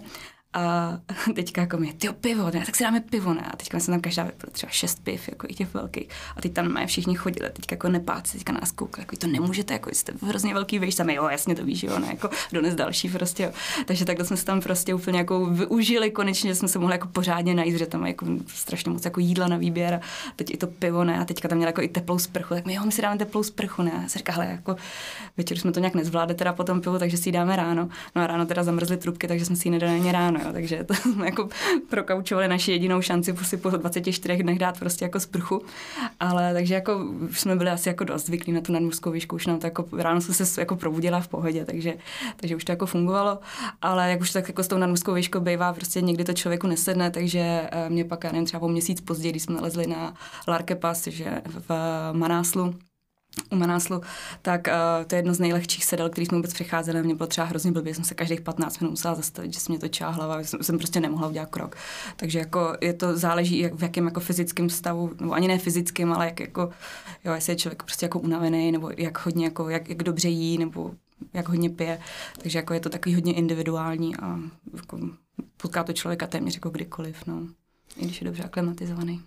A teďka jako mě, tyjo, pivo, ne, tak si dáme pivo, ne? A teďka jsme tam každá vypila třeba šest piv, jako i těch velkých. A teď tam mají všichni chodili, teďka jako Nepáci, teďka nás koukali, jako to nemůžete, jako jste hrozně velký výš, sami, jo, jasně to víš, jo, ne, jako dones další prostě, jo. Takže takhle jsme se tam prostě úplně jako využili konečně, že jsme se mohli jako pořádně najít, že tam jako strašně moc jako jídla na výběr a teď i to pivo, ne? A teďka tam měla jako i teplou sprchu, tak my, jo, my si dáme teplou sprchu, ne? A se říká, hele, jako večer jsme to nějak nezvládli teda po tom pivu, takže si ji dáme ráno. No a ráno teda zamrzly trubky, takže jsme si ji nedali ani ráno. Jo, takže to jsme jako prokaučovali naši jedinou šanci si po dvaceti čtyřech dnech dát prostě jako sprchu, ale takže jako jsme byli asi jako dost zvyklí na tu nadmořskou výšku, už nám to jako ráno jsem se jako probudila v pohodě, takže, takže už to jako fungovalo, ale jak už tak jako s tou nadmořskou výškou bývá, prostě někdy to člověku nesedne, takže mě pak, já nevím, třeba o měsíc později, když jsme nalezli na Larke Pass, že v Manáslu, u Manáslu, tak uh, to je jedno z nejlehčích sedel, který jsme vůbec přecházeli a mě bylo třeba hrozně blbě, jsem se každých patnáct minut musela zastavit, že se mě točila hlava, jsem, jsem prostě nemohla udělat krok. Takže jako je to záleží, jak, v jakém jako fyzickém stavu, nebo ani ne fyzickém, ale jak jako, jo, jestli je člověk prostě jako unavený, nebo jak hodně, jako, jak, jak dobře jí, nebo jak hodně pije. Takže jako je to takový hodně individuální a jako potká to člověka téměř jako kdykoliv, no, i když je dobře aklimatizovaný.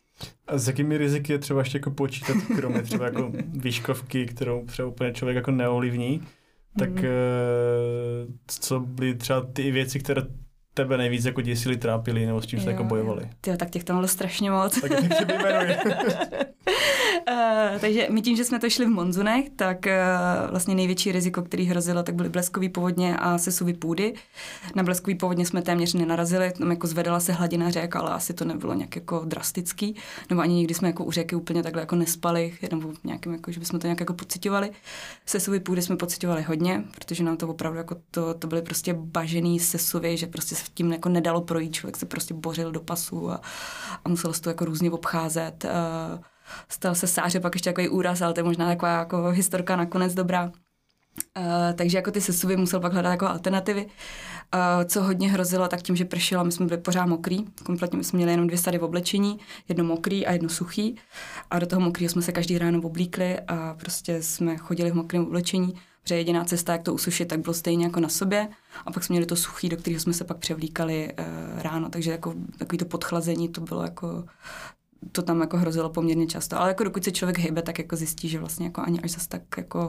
A s jakými riziky je třeba ještě jako počítat, kromě třeba jako výškovky, kterou třeba úplně člověk jako neovlivní, tak mm. co byly třeba ty věci, které tebe nejvíc jako děsily, trápily, nebo s čím jste jako bojovali? Tyjo, tak těch tam bylo strašně moc. Tak jak tě vyjmenuje. Uh, takže my tím, že jsme to šli v monzunech, tak uh, vlastně největší riziko, který hrozilo, tak byly bleskový povodně a sesuvy půdy. Na bleskový povodně jsme téměř nenarazili, tam jako zvedala se hladina řek, ale asi to nebylo nějak jako drastický, nebo ani nikdy jsme jako u řeky úplně takhle jako nespali, nebo nějakým jako, že bychom to nějak jako pociťovali. Sesuvy půdy jsme pociťovali hodně, protože nám to opravdu jako to, to byly prostě bažený sesuvy, že prostě se tím jako nedalo projít, člověk se prostě bořil do pasu a, a muselo se to jako různě obcházet. Uh, Stal se sáře, pak ještě takový úraz, ale to je možná taková jako historka nakonec dobrá. Uh, takže jako ty sesuvy musel pak hledat jako alternativy. Uh, co hodně hrozilo, tak tím, že pršelo, my jsme byli pořád mokrý. Kompletně my jsme měli jenom dvě sady v oblečení, jedno mokrý a jedno suchý. A do toho mokrýho jsme se každý ráno oblíkli a prostě jsme chodili v mokrém oblečení. Protože jediná cesta, jak to usušit, tak bylo stejně jako na sobě. A pak jsme měli to suchý, do kterého jsme se pak převlíkali uh, ráno. Takže jako takový to podchlazení, to bylo jako... to tam jako hrozilo poměrně často, ale jako dokud se člověk hejbe, tak jako zjistí, že vlastně jako ani až zase tak jako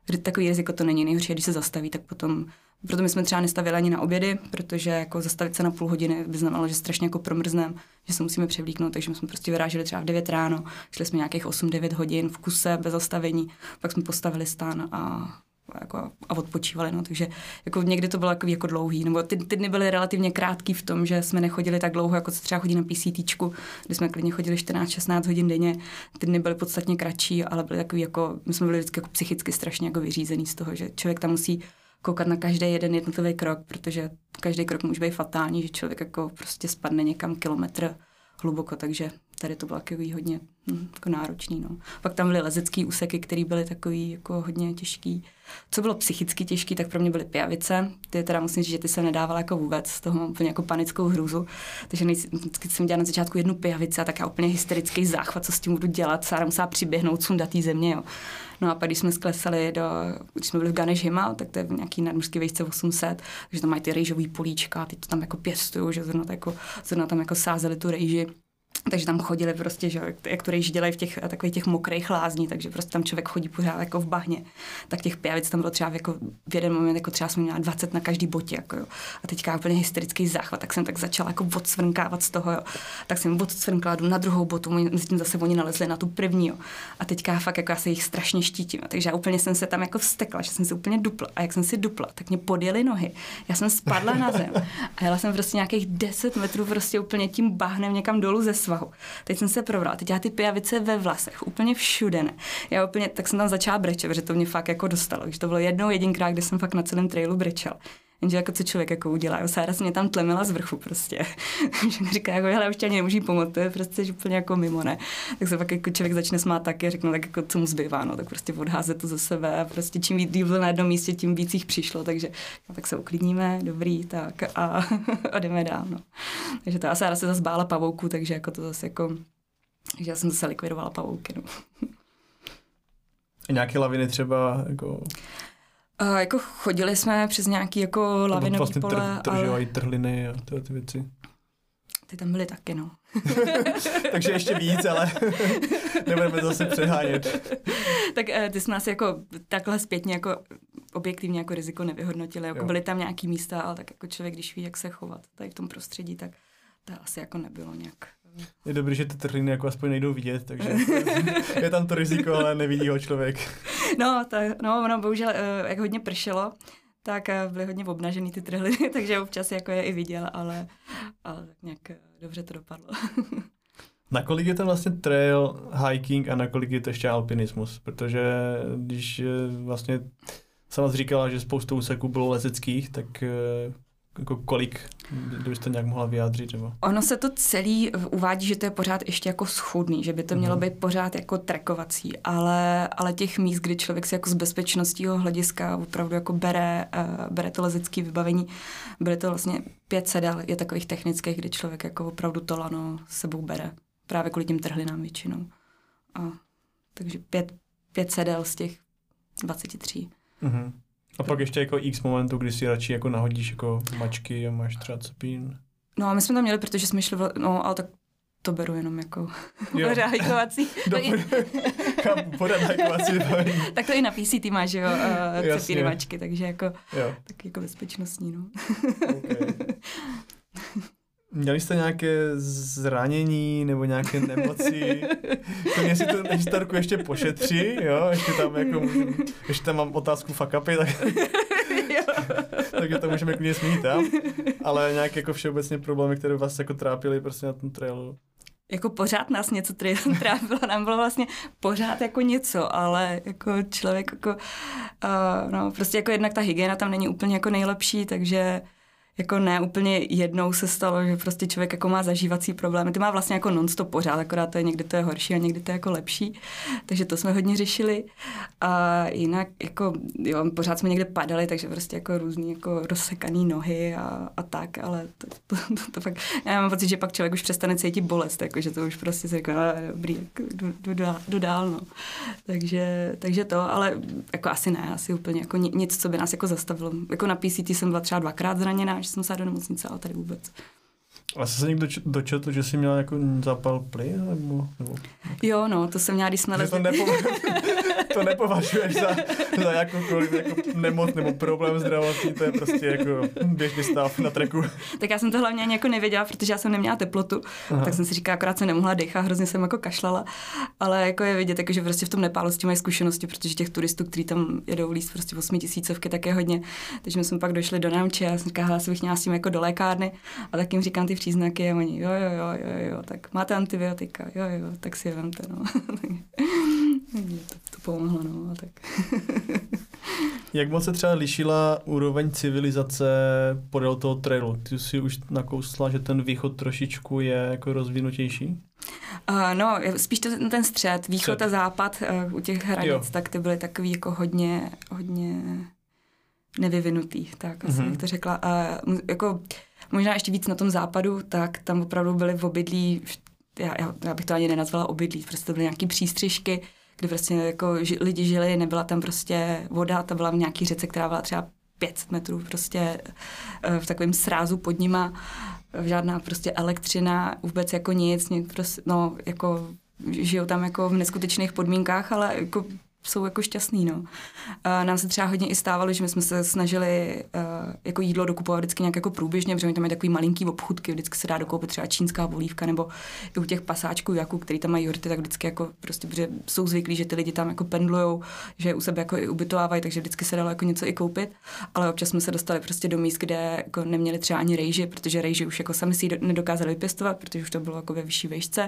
takový riziko to není. Nejhorší, když se zastaví, tak potom, proto my jsme třeba nestavili ani na obědy, protože jako zastavit se na půl hodiny by znamenalo, že strašně jako promrzneme, že se musíme převlíknout, takže my jsme prostě vyráželi třeba v devět ráno, šli jsme nějakých osm devět hodin v kuse bez zastavení, pak jsme postavili stán a Jako, a odpočívali, no, takže jako někdy to bylo jako, jako dlouhý, nebo ty, ty dny byly relativně krátký v tom, že jsme nechodili tak dlouho, jako se třeba chodí na PCTčku, kde jsme klidně chodili čtrnáct šestnáct hodin denně, ty dny byly podstatně kratší, ale byly takový jako, my jsme byli vždycky jako psychicky strašně jako vyřízený z toho, že člověk tam musí koukat na každý jeden jednotlivý krok, protože každý krok může být fatální, že člověk jako prostě spadne někam kilometr hluboko, takže tady to bylo takový hodně hm, jako náročný. No. Pak tam byly lezecký úseky, které byly takový jako hodně těžký. Co bylo psychicky těžký, tak pro mě byly pijavice. Ty teda musím říct, že ty jsem nedávala jako vůbec, z toho mám úplně jako panickou hrůzu. Takže vždycky jsem dělala na začátku jednu pijavici a tak já úplně hysterický záchvat, co s tím budu dělat. Sára musela přiběhnout, sundat jí země. Jo. No a pak, když jsme sklesali do, když jsme byli v Ganesh Himal, tak to je v nějaký nadmořský výšce osm set, takže tam mají ty rejžový políčka, ty to tam jako pěstují, že zrovna, jako, zrovna tam jako sázeli tu rejži. Takže tam chodili prostě, že jak to rejži dělají v těch takových těch mokrých lázní, takže prostě tam člověk chodí pořád jako v bahně. Tak těch pijavic tam bylo třeba jako v jeden moment, jako třeba jsme měla dvacet na každý botě, jako jo. A teďka úplně hysterický záchvat, tak jsem tak začala jako odsvrnkávat z toho, jo. Tak jsem odsvrnkla, jdu na druhou botu, mezi tím zase oni nalezli na tu první, jo. A teďka fakt jako já se jich strašně štítím, jo. Takže já úplně jsem se tam jako vztekla, že jsem si úplně dupla. A jak jsem si dupla, tak mě podjeli nohy. Já jsem spadla na zem a jela jsem prostě nějakých deset metrů prostě úplně tím bahnem někam dolů ze svahu. Teď jsem se probrala, teď já ty pijavice ve vlasech, úplně všude ne. Já úplně, tak jsem tam začala brečet, protože to mě fakt jako dostalo. Když to bylo jednou jedinkrát, kdy jsem fakt na celém trailu brečel. Jenže jako co člověk jako udělá, jo, Sára se mě tam tlemila z vrchu prostě. Že říká, jako, hele, už tě ani nemůžu pomoct, to je prostě úplně jako mimo, ne. Tak se pak jako člověk začne smát taky a řekne, tak jako co mu zbývá, no, tak prostě odházet to ze sebe a prostě čím víc byl na jednom místě, tím víc jich přišlo, takže no, tak se uklidníme, dobrý, tak a, a jdeme dál, no. Takže to a Sára se zase bála pavouků, takže jako to zase jako, že já jsem zase likvidovala pavouky, no. A nějaké laviny třeba jako... Uh, jako chodili jsme přes nějaký jako lavinový vlastně pole, tr- trživají ale... trhliny a tyhle ty věci. Ty tam byly taky, no. Takže ještě víc, ale nebudeme to zase přehánět. Tak uh, ty jsme asi jako takhle zpětně jako objektivně jako riziko nevyhodnotili. Jako byly tam nějaký místa, ale tak jako člověk, když ví, jak se chovat tady v tom prostředí, tak to asi jako nebylo nějak... Je dobrý, že ty trhliny jako aspoň nejdou vidět, takže je tam to riziko, ale nevidí ho člověk. No, tak, no, no bohužel, jak hodně pršelo, tak byly hodně obnažený ty trhliny, takže občas jako je i viděl, ale, ale tak nějak dobře to dopadlo. Nakolik je ten vlastně trail, hiking a nakolik je to ještě alpinismus? Protože když vlastně sama říkala, že spoustu úseků bylo lezeckých, tak jako kolik, kdybyste nějak mohla vyjádřit? Nebo? Ono se to celý uvádí, že to je pořád ještě jako schůdný, že by to mělo být pořád jako trekovací, ale, ale těch míst, kdy člověk si jako z bezpečnostního hlediska opravdu jako bere, uh, bere to lezecké vybavení, byly to vlastně pět sedel, je takových technických, kdy člověk jako opravdu to lano sebou bere, právě kvůli těm trhlinám většinou. A, takže pět, pět sedel z těch dvacet tři. Mhm. A pak ještě jako x momentu, kdy si radši jako nahodíš jako mačky a máš třeba cepín. No a my jsme tam měli, protože jsme šli, vla... no ale tak to beru jenom jako hajkovací. Podat hajkovací vybavení. Tak to i na P C T máš, jo, uh, cepíny mačky, takže jako, tak jako bezpečnostní, no. Okay. Měli jste nějaké zranění nebo nějaké nemoci? To mě si tu historku ještě pošetří, jo? Ještě tam, jako můžu, ještě tam mám otázku fuck upy, tak, takže to můžeme klidně zmínit tam. Ale nějaké jako všeobecně problémy, které vás jako trápily prostě na tom trailu? Jako pořád nás něco trápilo, nám bylo vlastně pořád jako něco, ale jako člověk jako, uh, no prostě jako jednak ta hygiena tam není úplně jako nejlepší, takže jako ne úplně jednou se stalo, že prostě člověk jako má zažívací problémy. Ty má vlastně jako non-stop pořád, akorát to je někdy to je horší a někdy to je jako lepší. Takže to jsme hodně řešili. A jinak jako, jo, pořád jsme někde padali, takže prostě jako různý jako rozsekaný nohy a, a tak, ale to, to, to, to fakt, já mám pocit, že pak člověk už přestane cítit bolest, jako, že to už prostě se říká, dobrý, jdu, jdu, dál, jdu dál, no. Takže, takže to, ale jako asi ne, asi úplně jako nic, co by nás jako zastavilo. Jako na P C T jsem byla třeba dvakrát zraněná, že jsem se do nemocnice, ale tady vůbec. A jsi se někdo dočetl, že jsi měla jako zápal plyn? Nebo, nebo... Jo, no, to jsem měla, když jsme lezli. To, nepo... to nepovažuješ za, za jakoukoliv jako nemoc nebo problém zdravotní, to je prostě jako běžný stav na treku. Tak já jsem to hlavně ani jako nevěděla, protože já jsem neměla teplotu, Aha. tak jsem si říkala, akorát jsem nemohla dechat, hrozně jsem jako kašlala, ale jako je vidět, jako, že prostě v tom Nepálu s tím mají zkušenosti, protože těch turistů, kteří tam jedou líst prostě osmitisícovky, tak je hodně. Takže my jsme pak došli do Namče a jsem říkala, že bych měla s tím jako do lékárny a tak jim říkám ty příznaky a oni jo, jo, jo, jo, jo, tak máte antibiotika, jo, jo, tak si je vemte, no. to, to pomohlo, no, a tak. Jak moc se třeba lišila úroveň civilizace podél toho trailu? Ty jsi už nakousla, že ten východ trošičku je jako rozvinutější? Uh, no, spíš to, ten střed, východ střed. A západ uh, u těch hranic, jo. tak ty byly takový jako hodně, hodně nevyvinutý, tak asi mm-hmm. bych to řekla. Uh, jako možná ještě víc na tom západu, tak tam opravdu byly v obydlí, já, já, já bych to ani nenazvala obydlí, prostě to byly nějaký přístřežky, kde prostě jako ži, lidi žili, nebyla tam prostě voda, ta byla v nějaký řece, která byla třeba pět set metrů prostě v takovém srázu pod nima, žádná prostě elektřina, vůbec jako nic, nic prostě, no jako žijou tam jako v neskutečných podmínkách, ale jako jsou jako šťastný, no. A nám se třeba hodně i stávalo, že my jsme se snažili uh, jako jídlo dokupovat vždycky nějak jako průběžně, protože tam mají takový malinký obchůdky, vždycky se dá dokoupit třeba čínská bolívka, nebo i u těch pasáčků jaků, který tam mají jurty, tak vždycky jako prostě, protože jsou zvyklí, že ty lidi tam jako pendlujou, že u sebe jako i ubytovávají, takže vždycky se dalo jako něco i koupit, ale občas jsme se dostali prostě do míst, kde jako neměli třeba ani rejži, protože rejži už jako sami si ji nedokázali vypěstovat, protože už to bylo jako ve vyšší výšce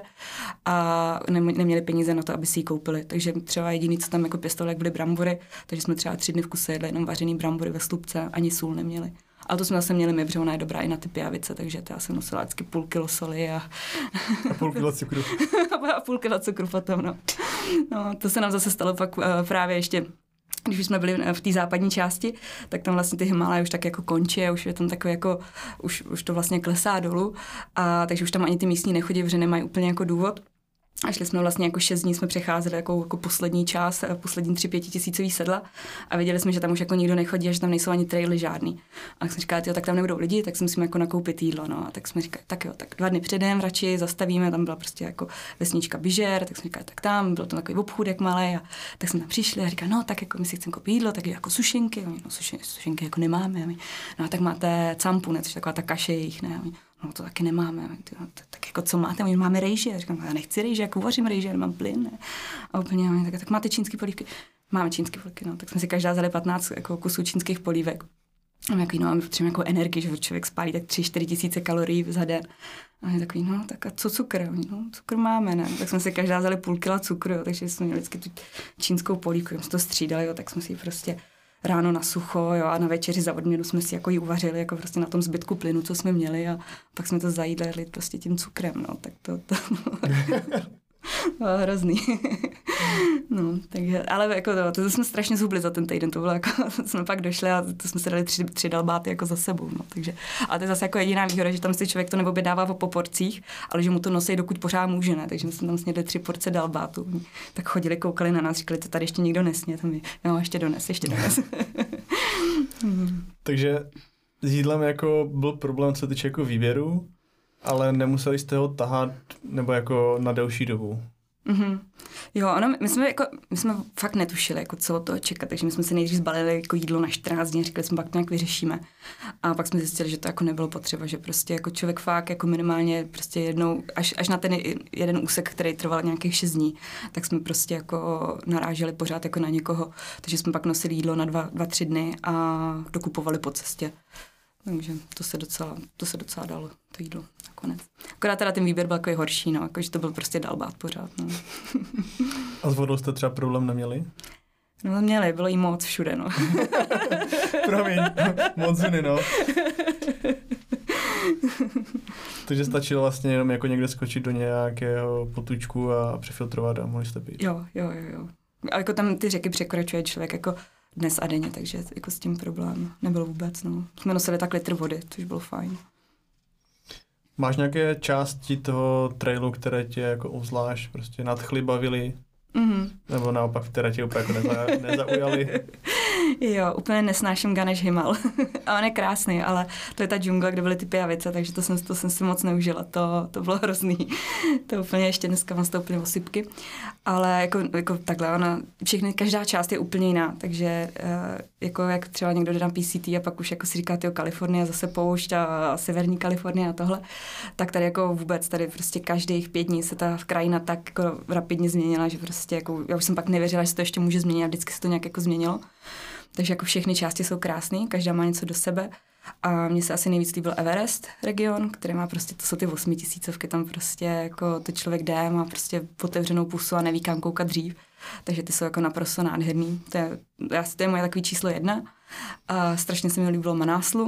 a neměli peníze na to, aby si ji koupili. Takže třeba jediný, co tam jako pěstovali, jak byly brambory, takže jsme třeba tři dny v kuse jedli jenom vařený brambory ve slupce, ani sůl neměli. Ale to jsme zase měli my, protože ona je dobrá i na ty pijavice, takže já jsem nosila vždycky půl kilo soli a... A půl kilo cukru. a půl kilo cukru potom, no. No, to se nám zase stalo pak uh, právě ještě, když jsme byli v té západní části, tak tam vlastně ty Himalaje už tak jako končí a už je tam takový jako, už, už to vlastně klesá dolů, a takže už tam ani ty místní nechodí, protože nemají úplně jako důvod. A šli jsme vlastně jako šest dní, jsme přecházeli jako, jako poslední část, poslední tři pětitisícový sedla a věděli jsme, že tam už jako nikdo nechodí a že tam nejsou ani traily žádný. A tak jsme říkali, jo, tak tam nebudou lidi, tak si musíme jako nakoupit jídlo, no. A tak jsme říkali, tak jo, tak dva dny předem radši zastavíme, tam byla prostě jako vesnička Bižer, tak jsme říkali, tak tam, byl to takový obchůdek malý a tak jsme tam přišli a říkali, no tak jako my si chceme koupit jídlo, tak jako sušenky, no sušenky, sušenky jako nemáme, a my, no a tak máte campu, ne, což je taková ta kaše jejich, ne, a my, no to taky nemáme, tak jako co máte, my máme rejže, já říkám, já nechci rejže, jak uvařím rejže, já nemám plyn, ne? A úplně, tak, tak máte čínský polívky, máme čínský polívky, no, tak jsme si každá vzali patnáct jako kusů čínských polívek. A my jako, no, my potřebujeme jako energii, že člověk spálí tak tři čtyři tisíce kalorií za den. A je takový, no, tak a co cukr? No, cukr máme, ne? Tak jsme si každá vzali půl kila cukru, jo, takže jsme měli vždycky tu čínskou polívku, jsme to střídali, jo, tak jsme si prostě ráno na sucho, jo, a na večeři za odměnu jsme si jako ji uvařili, jako prostě na tom zbytku plynu, co jsme měli, a pak jsme to zajídali prostě tím cukrem, no, tak to, to bylo hrozný. No, takže, ale jako to, to jsme strašně zhubli za ten týden, to bylo jako, to jsme pak došli a to jsme si dali tři, tři dalbáty jako za sebou, no, takže, a to je zase jako jediná výhoda, že tam si člověk to neobědává po porcích, ale že mu to nosí, dokud pořád může, ne, takže my jsme tam snědli tři porce dalbátů, tak chodili, koukali na nás, říkali, to tady ještě nikdo nesně, tam je, jo, ještě dones, ještě dones. Takže s jídlem jako byl problém, co týče jako výběru, ale nemuseli jste ho tahat nebo jako na delší dobu. Mm-hmm. Jo, ano, my jsme, jako, my jsme fakt netušili, jako co od toho čekat, takže my jsme se nejdřív zbalili jako jídlo na čtrnáct dní, říkali jsme, pak to nějak vyřešíme. A pak jsme zjistili, že to jako nebylo potřeba, že prostě jako člověk fakt jako minimálně prostě jednou, až, až na ten jeden úsek, který trval nějakých šest dní, tak jsme prostě jako naráželi pořád jako na někoho, takže jsme pak nosili jídlo na dva, dva tři dny a dokupovali po cestě. Takže to se docela, to se docela dalo, to jídlo nakonec. Akorát teda ten výběr byl takový horší, no, jakože to byl prostě dalbát pořád, no. A s vodou jste třeba problém neměli? No měli, bylo jí moc všude, no. Promiň, monzuny, no. Takže stačilo vlastně jenom jako někde skočit do nějakého potůčku a přefiltrovat a mohli jste pít. Jo, jo, jo, jo. A jako tam ty řeky překračuje člověk jako dnes a denně, takže jako s tím problém nebyl vůbec, no. Jsme nosili tak litr vody, což bylo fajn. Máš nějaké části toho trailu, které tě jako obzvlášť prostě nadchly, bavily? Mm-hmm. Nebo naopak, které tě úplně jako neza, nezaujaly? Jo, úplně nesnáším Ganesh Himal. A on je krásný, ale to je ta džungla, kde byly ty pijavice, takže to jsem, to jsem si moc neužila. To, to bylo hrozný. To úplně ještě dneska mám z toho úplně osypky. Ale jako, jako takhle, ona, všechny, každá část je úplně jiná, takže jako jak třeba někdo jde na P C T a pak už jako si říká, tyjo, Kalifornie, zase poušť a, a severní Kalifornie a tohle, tak tady jako vůbec, tady prostě každých pět dní se ta krajina tak jako rapidně změnila, že prostě jako, já už jsem pak nevěřila, že se to ještě může změnit a vždycky se to nějak jako změnilo. Takže jako všechny části jsou krásné, každá má něco do sebe. A mně se asi nejvíc líbil Everest region, který má prostě, to jsou ty osmitisícovky, tam prostě jako to člověk jde, má prostě otevřenou pusu a neví kam koukat dřív. Takže ty jsou jako naprosto nádherný. To je, to je moje takový číslo jedna. A strašně se mi líbilo Manáslu.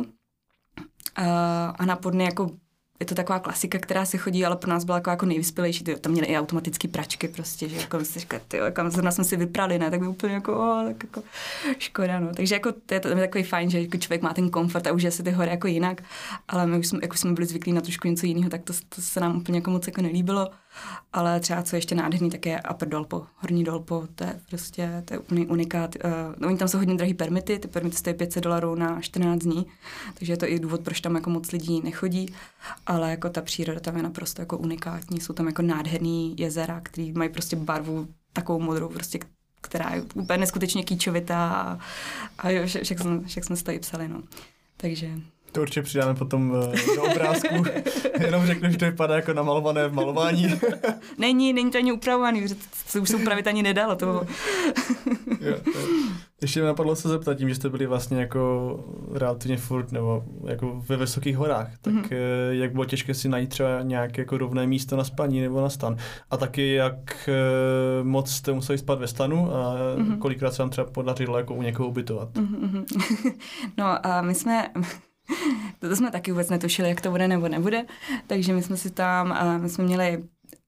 A, a na Podny jako je to taková klasika, která se chodí, ale pro nás byla jako, jako nejvyspělejší. Tyjo, tam měli i automatické pračky prostě, že jako si říká, tyjo, kam zrovna jsme si vyprali, ne, tak by úplně jako, o, tak jako škoda, no. Takže jako to je, to je takový fajn, že jako člověk má ten komfort a užije se ty hory jako jinak, ale my už jsme, jako jsme byli zvyklí na trošku něco jiného, tak to, to se nám úplně jako moc jako nelíbilo. Ale třeba co ještě nádherný, tak je Upper Dolpo, Horní Dolpo, to je prostě, to je úplný unikát. Uh, no, oni tam jsou hodně drahý permity, ty permity stojí pět set dolarů na čtrnáct dní, takže je to i důvod, proč tam jako moc lidí nechodí, ale jako ta příroda tam je naprosto jako unikátní, jsou tam jako nádherný jezera, který mají prostě barvu takovou modrou, prostě, která je úplně neskutečně kýčovitá a, a jo, však, však, jsme, však jsme se tady psali, no. Takže... To určitě přidáme potom do obrázku. Jenom řeknu, že to vypadá jako namalované v malování. Není, není to ani upravovaný, protože to už se upravit ani nedalo. To bylo... jo, to je. Ještě mi napadlo se zeptat tím, že jste byli vlastně jako relativně furt nebo jako ve vysokých horách, tak mm-hmm. jak bylo těžké si najít třeba nějaké jako rovné místo na spaní nebo na stan. A taky jak moc jste museli spát ve stanu a mm-hmm. kolikrát se vám třeba podařilo jako u někoho ubytovat. Mm-hmm. No a my jsme... To jsme taky vůbec netušili, jak to bude nebo nebude, takže my jsme si tam, my jsme měli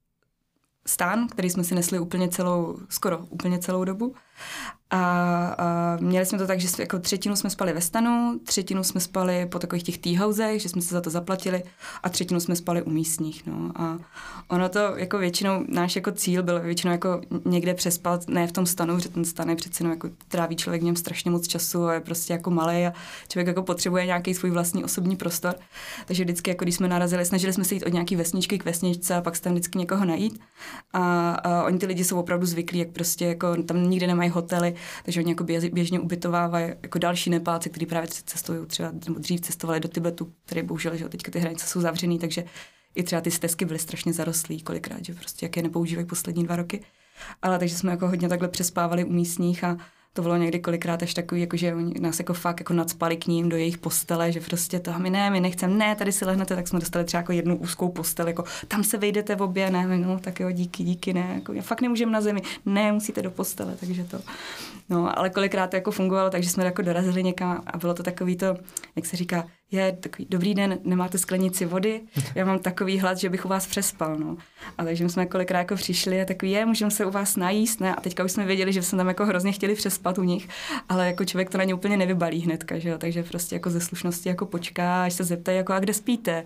stán, který jsme si nesli úplně celou, skoro úplně celou dobu. A, a měli jsme to tak, že jsme, jako třetinu jsme spali ve stanu, třetinu jsme spali po takových těch tea housech, že jsme se za to zaplatili a třetinu jsme spali u místních. No. A ono to jako většinou, náš jako cíl byl většinou jako někde přespat, ne v tom stanu, protože ten stan je přece no, jako tráví člověk v něm strašně moc času a je prostě jako malej a člověk jako potřebuje nějaký svůj vlastní osobní prostor. Takže vždycky, jako když jsme narazili, snažili jsme se jít od nějaký vesničky k vesničce a pak se tam vždycky někoho najít. A, a oni ty lidi jsou opravdu zvyklí, jak prostě jako tam nikdy nemají hotely, takže oni jako běžně ubytovávají jako další Nepálci, kteří právě cestují třeba, nebo dřív cestovali do Tibetu, který bohužel, že teďka ty hranice jsou zavřený, takže i třeba ty stezky byly strašně zarostlý kolikrát, že prostě jak je nepoužívají poslední dva roky. Ale takže jsme jako hodně takhle přespávali u místních a to bylo někdy kolikrát až takový, jako, že oni nás jako fakt jako nacpali k ním do jejich postele, že prostě to my ne, my nechceme, ne, tady si lehnete, tak jsme dostali třeba jako jednu úzkou postel, jako tam se vejdete v obě, ne, no tak jo, díky, díky, ne, jako, fakt nemůžeme na zemi, ne, musíte do postele, takže to, no, ale kolikrát to jako fungovalo, takže jsme jako dorazili někam a bylo to takový to, jak se říká, je takový, dobrý den, nemáte sklenici vody, já mám takový hlad, že bych u vás přespal, no. A takže jsme kolikrát jako přišli a takový, je, můžeme se u vás najíst, ne? A teďka už jsme věděli, že jsme tam jako hrozně chtěli přespat u nich, ale jako člověk to na ně úplně nevybalí hnedka, že jo, takže prostě jako ze slušnosti jako počká, až se zeptají, jako a kde spíte?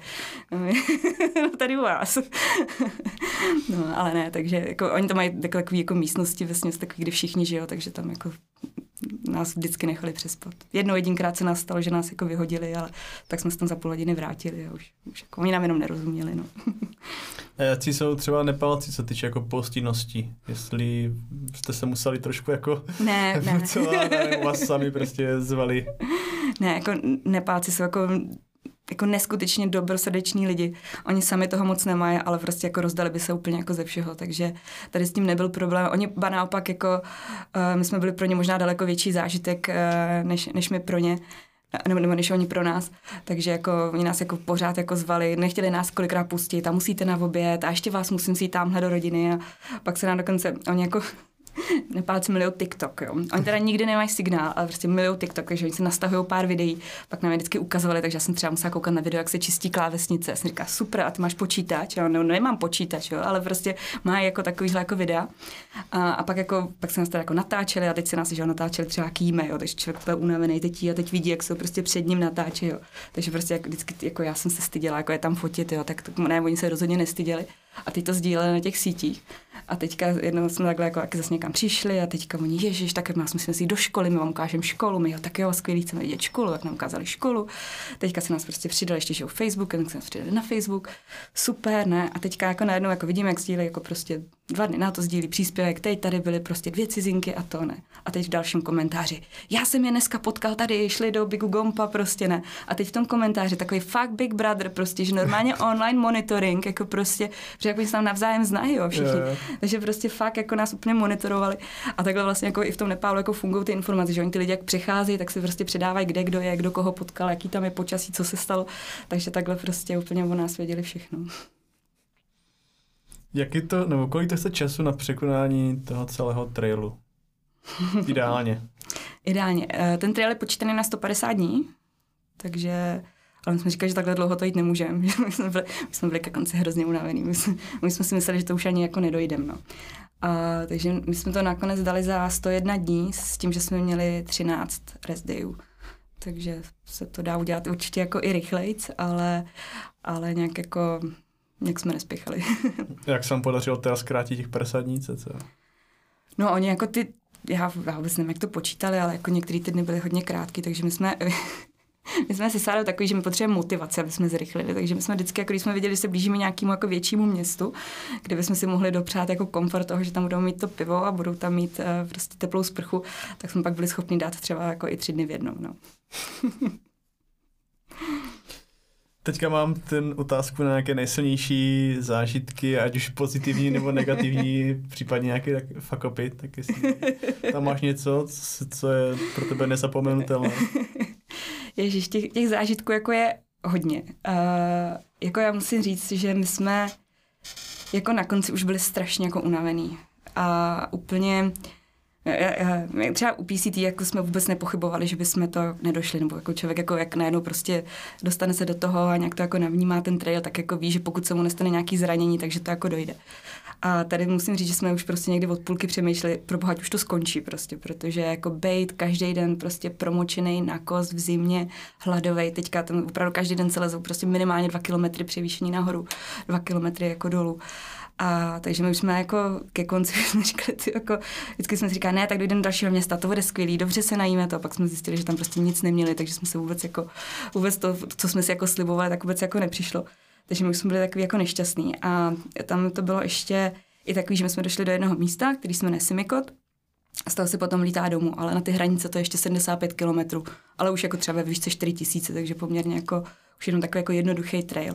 No tady u vás. No, ale ne, takže jako oni tam mají takový jako místnosti, vlastně takový, kdy všichni žijou, takže tam jako nás vždycky nechali přespat. Jednou jedinkrát se nás stalo, že nás jako vyhodili, ale tak jsme se tam za půl hodiny vrátili a už, už jako oni nám jenom nerozuměli, no. A jaký jsou třeba Nepálci, co týče jako pohostinnosti? Jestli jste se museli trošku jako ne, ne. vnucovat, nebo vás sami prostě zvali? Ne, jako Nepálci jsou jako jako neskutečně dobrosrdeční lidi. Oni sami toho moc nemají, ale prostě jako rozdali by se úplně jako ze všeho, takže tady s tím nebyl problém. Oni ba naopak jako, uh, my jsme byli pro ně možná daleko větší zážitek, uh, než, než my pro ně, nebo, nebo než oni pro nás, takže jako oni nás jako pořád jako zvali, nechtěli nás kolikrát pustit a musíte na oběd a ještě vás musím si jít tamhle do rodiny a pak se nám dokonce, oni jako Nepálci milují TikTok, jo. Oni teda nikdy nemají signál, ale prostě milují TikTok, takže oni si nastahují pár videí, pak nám je vždycky ukazovali, takže já jsem třeba musela koukat na video, jak se čistí klávesnice. Já jsem říkala, super, a ty máš počítač, jo. No, nemám počítač, jo, ale prostě má jako takovýhle jako videa. A, a pak jako, pak se nás teda jako natáčeli a teď se nás že natáčeli třeba kýme, jo, takže člověk byl unavený teď a teď vidí, jak jsou prostě před ním natáče, jo. Takže prostě jako vždycky jako já jsem se styděla, jako je tam fotit, jo, tak to, ne, oni se rozhodně nestyděli. A teď to sdíleli na těch sítích. A teďka jednou jsme takhle jako, jak zase někam přišli a teďka oni, ježiš, tak nás musíme jít do školy, my vám ukážeme školu, my jo, tak jo, skvělý, chceme vidět školu, tak nám ukázali školu. Teďka se nás prostě přidali ještě, že Facebook, tak se nás přidali na Facebook, super, ne? A teďka jako najednou jako vidíme, jak sdílí jako prostě dva dny na to sdílí příspěvek, teď tady byly prostě dvě cizinky a to ne. A teď v dalším komentáři, já jsem je dneska potkal tady, šli do Bigu Gompa, prostě ne. A teď v tom komentáři takový fakt Big Brother, prostě, že normálně online monitoring, jako prostě, že jako se tam navzájem znají, jo, všichni. Yeah. Takže prostě fakt jako nás úplně monitorovali. A takhle vlastně jako i v tom Nepálu jako fungují ty informace, že oni ty lidi jak přicházejí, tak si prostě předávají, kde kdo je, kdo koho potkal, jaký tam je počasí, co se stalo. Takže takhle prostě úplně o nás věděli všechno. Jak je to, nebo kolik to chce času na překonání toho celého trailu? Ideálně. Ideálně. Ten trail je počítaný na sto padesát dní, takže, ale my jsme říkali, že takhle dlouho to jít nemůžeme. my, jsme byli, my jsme byli ke konci hrozně unavený. My jsme, my jsme si mysleli, že to už ani jako nedojdeme. No. A, takže my jsme to nakonec dali za sto jedna dní s tím, že jsme měli třináct rest dayů. Takže se to dá udělat určitě jako i rychlejc, ale, ale nějak jako nějak jsme nespěchali. Jak se vám podařilo teda zkrátit těch padesát dní, co? No oni jako ty, já, já vůbec nevím, jak to počítali, ale jako některý ty dny byly hodně krátký, takže my jsme, my jsme si sáli takový, že my potřebujeme motivaci, aby jsme zrychlili, takže my jsme vždycky, jako když jsme viděli, že se blížíme nějakému jako většímu městu, kde bychom si mohli dopřát jako komfort toho, že tam budou mít to pivo a budou tam mít uh, prostě teplou sprchu, tak jsme pak byli schopni dát třeba jako i tři dny v jednom, no. Teďka mám ten otázku na nějaké nejsilnější zážitky, ať už pozitivní nebo negativní, případně nějaké tak fuck upy, tak jestli tam máš něco, co je pro tebe nezapomenutelné. Ježiš, těch, těch zážitků jako je hodně. Uh, jako já musím říct, že my jsme jako na konci už byli strašně jako unavený. A úplně třeba u P C T jako jsme vůbec nepochybovali, že bychom to nedošli, nebo jako člověk jako jak najednou prostě dostane se do toho a nějak to jako navnímá ten trail, tak jako ví, že pokud se mu nestane nějaký zranění, takže to jako dojde. A tady musím říct, že jsme už prostě někdy od půlky přemýšleli, proboha, už to skončí prostě, protože jako bejt každý den prostě promočený na kost v zimě, hladovej, teďka tam opravdu každý den se lezou prostě minimálně dva kilometry převýšení nahoru, dva kilometry jako dolů. A takže my už jsme jako ke konci jsme říkali, ty jako, vždycky jsme si říkali, ne, tak dojdeme do dalšího města, to bude skvělý, dobře se najíme to, a pak jsme zjistili, že tam prostě nic neměli, takže jsme se vůbec jako, vůbec to, co jsme si jako slibovali, tak vůbec jako nepřišlo. Takže my už jsme byli takový jako nešťastní a tam to bylo ještě i takový, že my jsme došli do jednoho místa, který jsme jmenuje Simikot, a z toho se potom lítá domů, ale na ty hranice to je ještě sedmdesát pět kilometrů, ale už jako třeba ve výšce čtyři tisíce, takže poměrně jako už jenom takový jako jednoduchý trail.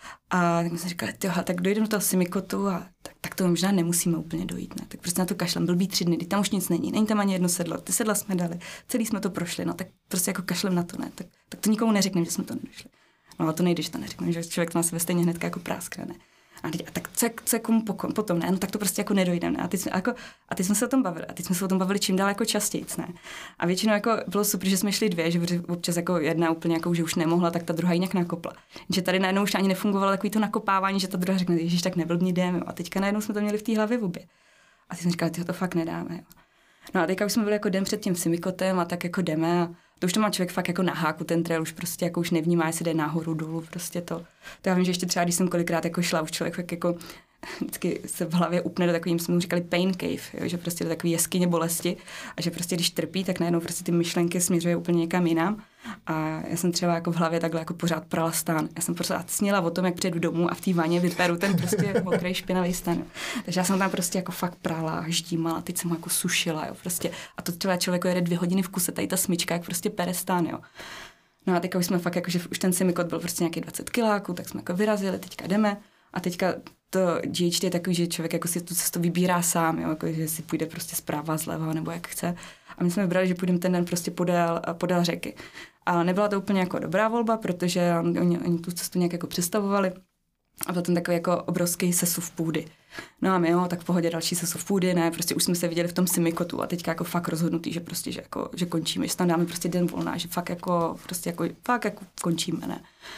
A tak jsme si říkali, tyjo, tak dojdeme do toho Simikotu a tak, tak to možná nemusíme úplně dojít, ne? Tak prostě na to kašlem, blbý tři dny, tam už nic není, není tam ani jedno sedlo, ty sedla jsme dali, celý jsme to prošli, no tak prostě jako kašlem na to, ne? Tak, tak to nikomu neřekneme, že jsme to nedošli. No a to nejde, že to neřekneme, že člověk to na sebe stejně hnedka jako práskne, ne? A, teď, a tak co, co je komu potom, ne? No tak to prostě jako nedojdeme, ne? A teď, jsme, jako, a teď jsme se o tom bavili, a teď jsme se o tom bavili čím dál jako častěji, ne? A většinou jako bylo super, že jsme šli dvě, že občas jako jedna úplně jako, že už nemohla, tak ta druhá jinak nakopla. Že tady najednou už ani nefungovalo takový to nakopávání, že ta druhá řekne, ježiš, tak neblbni jdeme. A teďka najednou jsme to měli v té hlavě v obě. A teď jsme říkali, tyjo, to fakt nedáme. Jo. No a teďka už jsme byli jako den před tím Simikotem a tak jako jdeme a to už to má člověk fakt jako na háku, ten trail už prostě jako už nevnímá, jestli jde nahoru, dolů, prostě to. To já vím, že ještě třeba, když jsem kolikrát jako šla, už člověk fakt jako vždycky se v hlavě upne do takovým, jsme mu říkali pain cave, jo, že prostě do takové jeskyně bolesti a že prostě když trpí, tak najednou prostě ty myšlenky směřuje úplně někam jinam. A já jsem třeba jako v hlavě takhle jako pořád prala stán. Já jsem pořád sněla o tom, jak přijedu domů a v té vaně vyperu ten prostě mokrý špinavý stan. Takže já jsem tam prostě jako fakt prala, ždímala, teď jsem ho jako sušila, jo, prostě. A to třeba člověk jede dvě hodiny v kuse, tady ta smyčka, jak prostě pere stán, jo. No a teďka už jsme fakt jako, že už ten Simikot byl prostě nějaký dvacet kiláků, tak jsme jako vyrazili, teďka jdeme a teďka to G H T je takový, že člověk jako si tu cestu vybírá sám, jo, jako, že si půjde prostě zprava, zleva nebo jak chce. A my jsme vybrali, že půjdeme ten den prostě podél, podél řeky. A nebyla to úplně jako dobrá volba, protože oni, oni tu cestu nějak jako představovali a byl ten takový jako obrovský sesuv půdy. No a my jo, tak v pohodě další sesuv půdy, ne, prostě už jsme se viděli v tom Simikotu a teďka jako fakt rozhodnutý, že prostě, že jako, že končíme, že tam dáme prostě den volná, že fakt jako, prostě jako, fakt jako končíme, ne.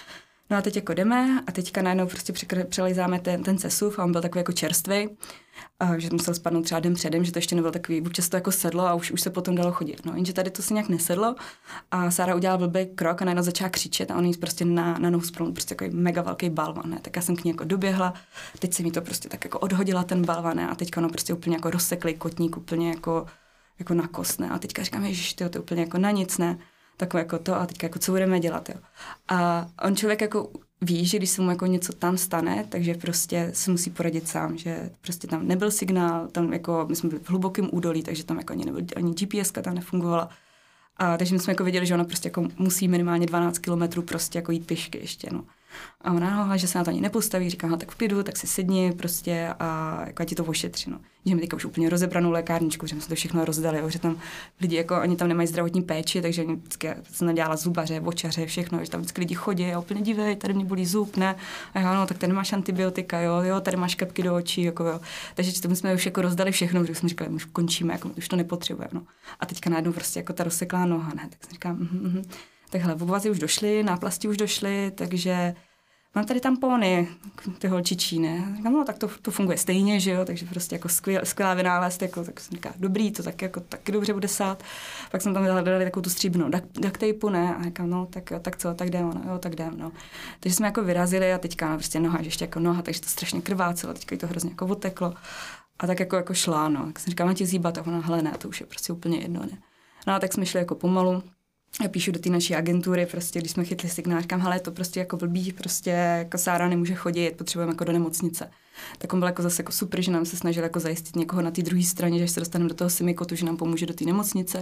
No a teď jako jdeme a teďka najednou prostě přelejzáme ten, ten sesuv a on byl takový jako čerstvý, že musel spadnout třeba den předem, že to ještě nebyl takový, občas to jako sedlo a už, už se potom dalo chodit. No, jenže tady to si nějak nesedlo a Sára udělala blbý krok a najednou začala křičet a on jí prostě na, na nohu splnul prostě takový mega velký balvan, ne? Tak já jsem k ní jako doběhla, teď se mi to prostě tak jako odhodila ten balvan, ne? A teďka ono prostě úplně jako rozseklý kotník, úplně jako, jako na kost, ne? A teďka říkám, ježiš, tyjo, to je úplně jako na nic, ne? Takové jako to a teďka jako co budeme dělat, jo. A on člověk jako ví, že když se mu jako něco tam stane, takže prostě se musí poradit sám, že prostě tam nebyl signál, tam jako, my jsme byli v hlubokém údolí, takže tam jako ani nebyl, ani G P S ka tam nefungovala. A takže my jsme jako věděli, že ona prostě jako musí minimálně dvanáct kilometrů prostě jako jít pěšky ještě, no. A ona, no, že se na to ani nepostaví, říká, no, tak v klidu, tak si sedni prostě a jako ti to ošetří, no. Že mi teďka už úplně rozebranou lékárničku, že jsme to všechno rozdali, jo, že tam lidi jako, oni tam nemají zdravotní péči, takže oni vždycky jsem nadělala zubaře, očaře, všechno, že tam vždycky lidi chodí a úplně dívej, tady mě bolí zub, ne, a já, no, tak tady máš antibiotika, jo, jo, tady máš kapky do očí, jako jo. Takže to my jsme už jako rozdali všechno, protože jsme říkali, už končíme, jako už to nepotřebujeme, no. A teďka najednou prostě jako ta rozseklá noha, ne, tak jsem říkám, mm, mm, takhle, obvazy už došly, náplasti už došly, takže mám tady tampony, ty holčičí, ne? Říkám, no tak to, to funguje stejně, že jo, takže prostě jako skvěl, skvělá vynález, jako, tak jsem říkala, dobrý, to tak jako taky dobře bude sát. Pak jsem tam hledali takovou tu stříbrnou duct tapeu, ne? A říkám, no tak jo, tak co, tak jdem, no, jo, tak jdem, no. Takže jsme jako vyrazili a teďka no, prostě noha, že ještě jako noha, takže to strašně krvácelo, teďka jí to hrozně jako oteklo. A tak jako, jako šla, no. Tak jsem říkala, mám ti zhýbat, a ona, hele, ne, to už je prostě úplně jedno, ne? No a tak jsme šli jako pomalu. Já píšu do té naší agentury, prostě, když jsme chytli signál, říkám, hele, to prostě jako blbý, prostě jako Sára nemůže chodit, potřebujeme jako do nemocnice. Tak on byl jako zase jako super, že nám se snažil jako zajistit někoho na té druhé straně, že se dostaneme do toho Simikotu, že nám pomůže do té nemocnice.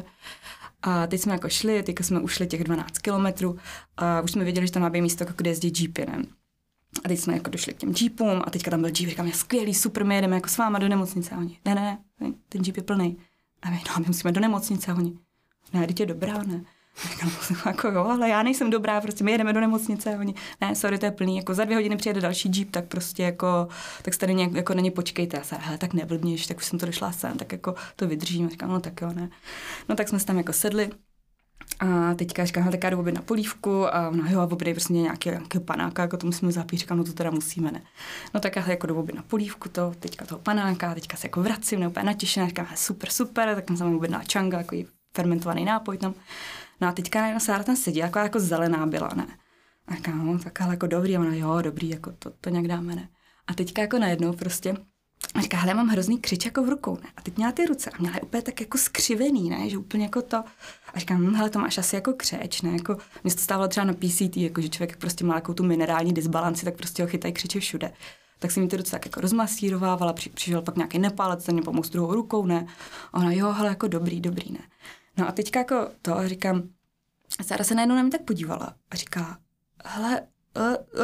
A teď jsme jako šli, teďka jsme ušli těch dvanáct kilometrů a už jsme věděli, že tam má být místo, kde jezdí jeepy, ne? A teď jsme jako došli k těm jeepům a teďka tam byl jeep, říkám, je skvělý, super, my jedeme jako s váma do nemocnice. A oni, ne, ne, ne, ten jeep je plný. A my, no, my musíme do nemocnice. A oni, ne, teď je dobrá, ne. Říkám, jako jo, ale já nejsem dobrá, prostě my jedeme do nemocnice a oni, ne, sorry, to je plný, jako za dvě hodiny přijede další jeep, tak prostě jako, tak se tady nějak, jako na ně počkejte. A se, hele, tak neblbněš, tak už jsem to došla sem, tak jako to vydržím. A říkám, no tak jo, ne. No tak jsme se tam jako sedli a teďka říkám, hele, tak já jdu oběd na polívku a no jo, obědej prostě nějaký, nějaký panáka, jako to musíme zapít, říkám, no to teda musíme, ne. No tak já jako jdu oběd na polívku, to, teďka toho panáka, teďka se jako vracím, ne, úplně natěšená, říkám, super, super, tak jsem obědnala čanga, jako fermentovaný nápoj tam. No a teďka najednou Sára tam sedí, jako, jako zelená byla, ne. A říkám, no tak ale jako dobrý, a ona, jo, dobrý, jako to, to nějak dáme, ne. A teďka jako najednou prostě, a říká, hele, mám hrozný křič jako v rukou, ne. A teď měla ty ruce a měla je úplně tak jako skřivený, ne, že úplně jako to. A říkám, hm, hele, to máš asi jako křeč, ne, jako, mě se to stávalo třeba na P C T, jako, že člověk prostě má jako tu minerální disbalanci, tak prostě ho chytají křiče všude. Tak jsem mi ty ruce tak jako rozmasírovávala, při, přišel pak nějaký nepálec, ten mě pomohl s druhou rukou, ne. A ona, jo, hele, jako dobrý, dobrý, ne. No a teďka jako to a říkám, Sára se najednou na mě tak podívala a říká, hele, uh,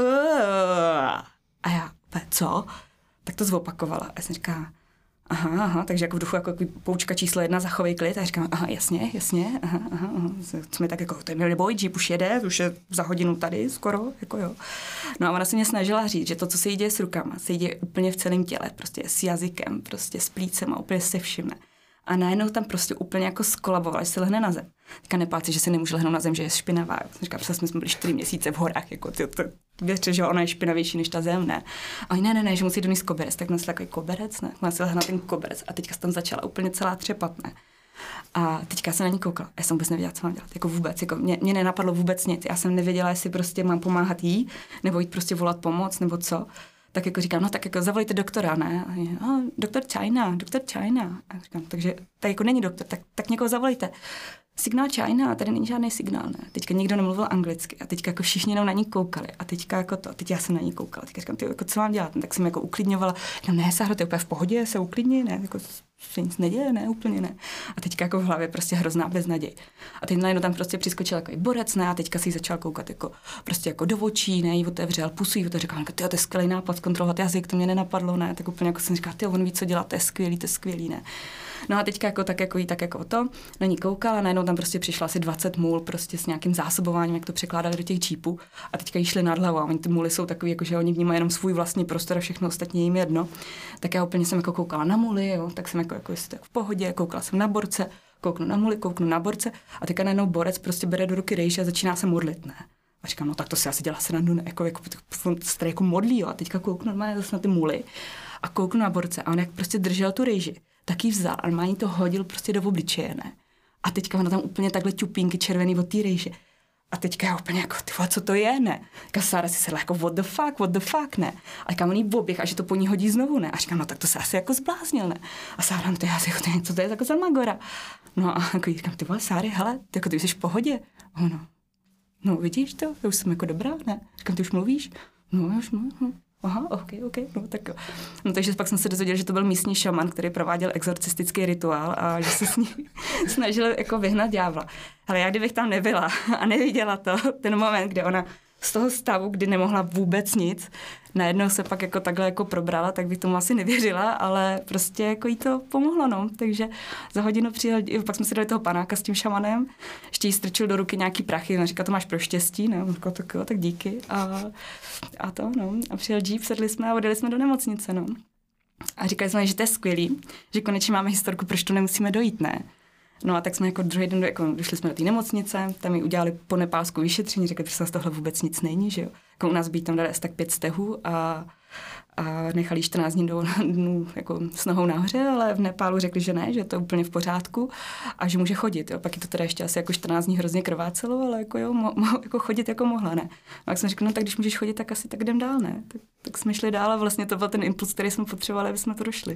uh. A já, co? Tak to zopakovala. A já jsem říká, aha, aha, takže jako v duchu jako poučka číslo jedna, zachovej klid. A já říkám, aha, jasně, jasně, aha, aha, aha. Co mi tak jako, to je neboj, jeep už jede, už je za hodinu tady skoro, jako jo. No a ona se mě snažila říct, že to, co se jí děje s rukama, se jí děje úplně v celém těle, prostě s jazykem, prostě s plícem a úplně se vším, ne. A najednou tam prostě úplně jako skolabovala, že se lehne na zem. Teďka nepáci, že se nemůže lehnout na zem, že je špinavá. Říkám, že jsme byli čtyři měsíce v horách, jako ty, to, věřte, že ona je špinavější než ta zem, ne. A ne, ne, ne, že musí donést koberec, tak nosila takový koberec, ne. Ona si lehla na ten koberec a teďka se tam začala úplně celá třepat, ne. A teďka se na ní koukala. Já jsem vůbec nevěděla, co mám dělat. Jako vůbec, jako mě, mě nenapadlo vůbec nic. Já jsem nevěděla, jestli prostě mám pomáhat jí, nebo jít prostě volat pomoc, nebo co. Tak jako říkám, no tak jako zavolejte doktora, ne? A je, oh, doktor China, doktor China. A říkám, takže tady jako není doktor, tak, tak někoho zavolejte. Signál China, tady není žádný signál, ne? Teďka nikdo nemluvil anglicky a teďka jako všichni jenom na ní koukali a teďka jako to, teď já jsem na ní koukala, teďka říkám, ty, jako co mám dělat? No, tak jsem jako uklidňovala, říkám, ne, Sáro, ty úplně v pohodě, se uklidni, ne? Jako se nic neděje, ne, úplně ne. A teďka jako v hlavě prostě hrozná beznaděj. A teď najednou tam prostě přiskočil takový borec, ne, a teďka si začal koukat jako prostě jako do očí, ne, jí otevřel pusu, jí otevřel, říkal, ty, to je skvělý nápad, zkontrolovat jazyk, to mě nenapadlo, ne, tak úplně jako jsem říkala, ty, on ví, co dělat, to je skvělý, to je skvělý, ne. No a teďka jako tak jako jí tak jako to, na ní koukala, najednou tam prostě přišla asi dvacet mul prostě s nějakým zásobováním, jak to překládali do těch jeepů a teďka jí šli nad hlavu a oni ty muly jsou takový, jako že oni vnímají jenom svůj vlastní prostor a všechno ostatní jim jedno. Tak já úplně jsem jako koukala na muly, jo, tak jsem jako, jako jestli v pohodě, koukala jsem na borce, kouknu na muly, kouknu na borce a teďka najednou borec prostě bere do ruky rejš a začíná se modlit, ne. A říkám, no tak to si asi dělá srandu, ne, jako, jako, jako, jako modlí, jo. A teďka kouknu normálně zase na ty muly a kouknu na borce a on jak prostě držel tu rejži, tak ji vzal a normálně to hodil prostě do obličeje, ne. A teďka ona tam úplně takhle čupínky červený od té rejže. A teďka já úplně jako, ty vole, co to je, ne? A Sára si sedla jako, what the fuck, what the fuck, ne? A říkám, on jí oběh a že to po ní hodí znovu, ne? A říkám, no tak to se asi jako zbláznil, ne? A Sára, no to je asi, co to je jako za magora? No a jako říkám, ty vole, Sáry, hele, ty, jako ty jsi v pohodě. A ono, no vidíš to, já už jsem jako dobrá, ne? Říkám, ty už mluvíš? No, já už mluvím. Aha, ok, ok, no tak jo. No takže pak jsem se dozvěděl, že to byl místní šaman, který prováděl exorcistický rituál a že se s ní snažil jako vyhnat ďábla. Ale já kdybych tam nebyla a neviděla to, ten moment, kdy ona z toho stavu, kdy nemohla vůbec nic, najednou se pak jako takhle jako probrala, tak bych tomu asi nevěřila, ale prostě jako jí to pomohlo, no. Takže za hodinu přijel, pak jsme si dali toho panáka s tím šamanem, ještě jí strčil do ruky nějaký prachy, on říkal, to máš pro štěstí, ne? On říkal, tak jo, tak díky. A, a to, no. A přijel džíp, sedli jsme a odjeli jsme do nemocnice, no. A říkali jsme, že to je skvělý, že konečně máme historku, proč tu nemusíme dojít, ne? No a tak jsme jako druhý den, jako došli jsme do té nemocnice, tam mi udělali po nepálsku vyšetření, řekli, že z tohle vůbec nic není, že jo. Jako u nás být tam dali asi tak pět stehů a, a nechali čtrnáct dní do, dnů jako s nohou nahoře, ale v Nepálu řekli, že ne, že to je úplně v pořádku a že může chodit, jo. Pak je to teda ještě asi jako čtrnáct dní hrozně krvácelo, ale jako jo, mo, mo, jako chodit jako mohla, ne. A tak jsem řekl, no tak když můžeš chodit, tak asi tak jdem dál, ne. Tak, tak jsme šli dál a vlastně to byl ten impuls, který jsme potřebovali, aby jsme to došli.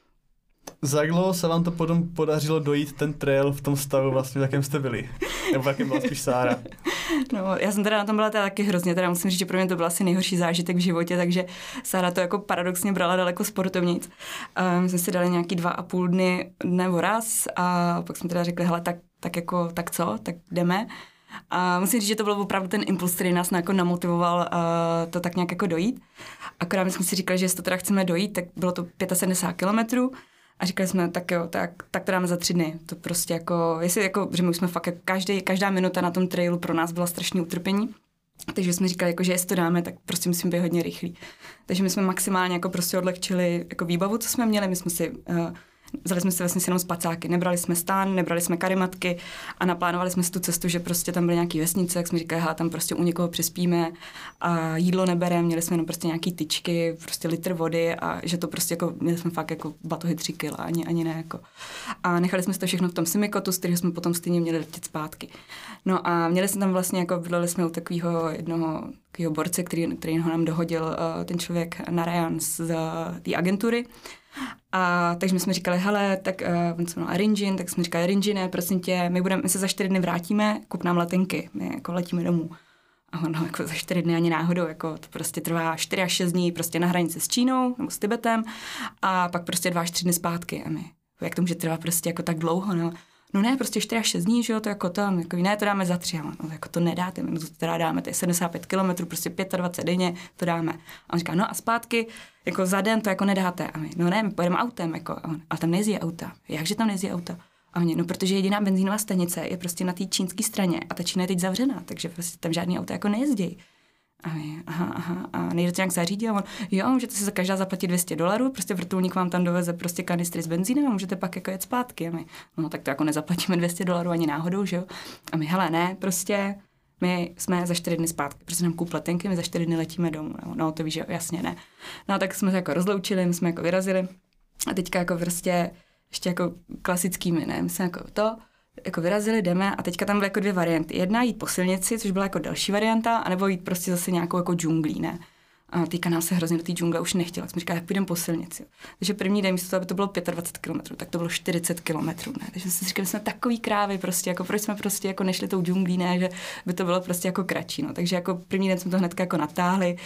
Za jak dlouho se vám to potom podařilo dojít ten trail v tom stavu vlastně, v jakém jste byli? Nebo v jakém byla spíš Sára? No, já jsem teda na tom byla teda taky hrozně, teda musím říct, že pro mě to byl asi nejhorší zážitek v životě, takže Sára to jako paradoxně brala daleko sportovnic. Uh, my jsme si dali nějaký dva a půl dny nebo raz a pak jsme teda řekli, hele, tak, tak jako, tak co, tak jdeme. A musím říct, že to byl opravdu ten impuls, který nás jako namotivoval uh, to tak nějak jako dojít. Akorát my jsme si říkali, že jestli to teda chceme dojít, tak bylo to sedmdesát pět kilometrů. A říkali jsme, tak jo, tak, tak to dáme za tři dny. To prostě jako, jestli jako, že my už jsme fakt, jako každý, každá minuta na tom trailu pro nás byla strašný utrpení. Takže jsme říkali, jako, že jestli to dáme, tak prostě musíme být hodně rychlí. Takže my jsme maximálně jako prostě odlehčili jako výbavu, co jsme měli. My jsme si, uh, vzali jsme si vlastně jenom spacáky, nebrali jsme stán, nebrali jsme karimatky a naplánovali jsme si tu cestu, že prostě tam byly nějaký vesnice, jak jsme říkali, hele, tam prostě u někoho přespíme a jídlo nebereme, měli jsme jenom prostě nějaký tyčky, prostě litr vody a že to prostě jako, měli jsme fakt jako batohy tři kila, ani, ani ne jako. A nechali jsme si to všechno v tom Simikotu, z kterého jsme potom stejně měli letět zpátky. No a měli jsme tam vlastně jako, bydleli jsme u takového jednoho takového borce, který, který ho nám dohodil uh, ten člověk Narayan z uh, té agentury. A takže my jsme říkali, hele, tak uh, on se jmenuje Arinjin, tak jsme říkali, Arinjine, prosím tě, my, budeme, my se za čtyři dny vrátíme, kup nám letenky, my jako letíme domů. A ono jako za čtyři dny ani náhodou, jako to prostě trvá čtyři až šest dní prostě na hranici s Čínou nebo s Tibetem a pak prostě dva až tři dny zpátky. A my, jak to může trvat prostě jako tak dlouho, no. No ne, prostě čtyři až šest dní, že jo, to jako tam, jako ne, to dáme za tři, no, jako to nedáte, my to teda dáme, to je sedmdesát pět kilometrů, prostě dvacet pět denně, to dáme. A on říká, no a zpátky, jako za den to jako nedáte. A my, no ne, my pojedeme autem, jako, a on, ale tam nejezdí auta. Jakže tam nejezdí auta? A oni, no protože jediná benzínová stanice je prostě na té čínské straně a ta Čína je teď zavřená, takže prostě tam žádný auta jako nejezdí. A my, aha, aha, a nejde to nějak zařídit? A on, jo, můžete si za každá zaplatit dvě stě dolarů, prostě vrtulník vám tam doveze prostě kanistry s benzínem a můžete pak jako jet zpátky. A my, no tak to jako nezaplatíme dvě stě dolarů ani náhodou, že jo? A my, hele, ne, prostě my jsme za čtyři dny zpátky, prostě nám kup letenky, my za čtyři dny letíme domů. No to víš, že jasně ne. No tak jsme se jako rozloučili, my jsme jako vyrazili a teďka jako prostě ještě jako klasickými, ne, my jsme jako to, jako vyrazili, jdeme a teďka tam byly jako dvě varianty. Jedna jít po silnici, což byla jako další varianta, anebo jít prostě zase nějakou jako džunglí, ne. A teďka nás se hrozně do té džungle už nechtěla. Jsme říkali, tak půjdeme po silnici. Takže první den místo toho, aby to bylo dvacet pět kilometrů, tak to bylo čtyřicet kilometrů, ne. Takže jsme si říkali, jsme takový krávy prostě, jako proč jsme prostě jako nešli tou džunglí, ne, že by to bylo prostě jako kratší, no. Takže jako první den jsme to hnedka jako natáhli.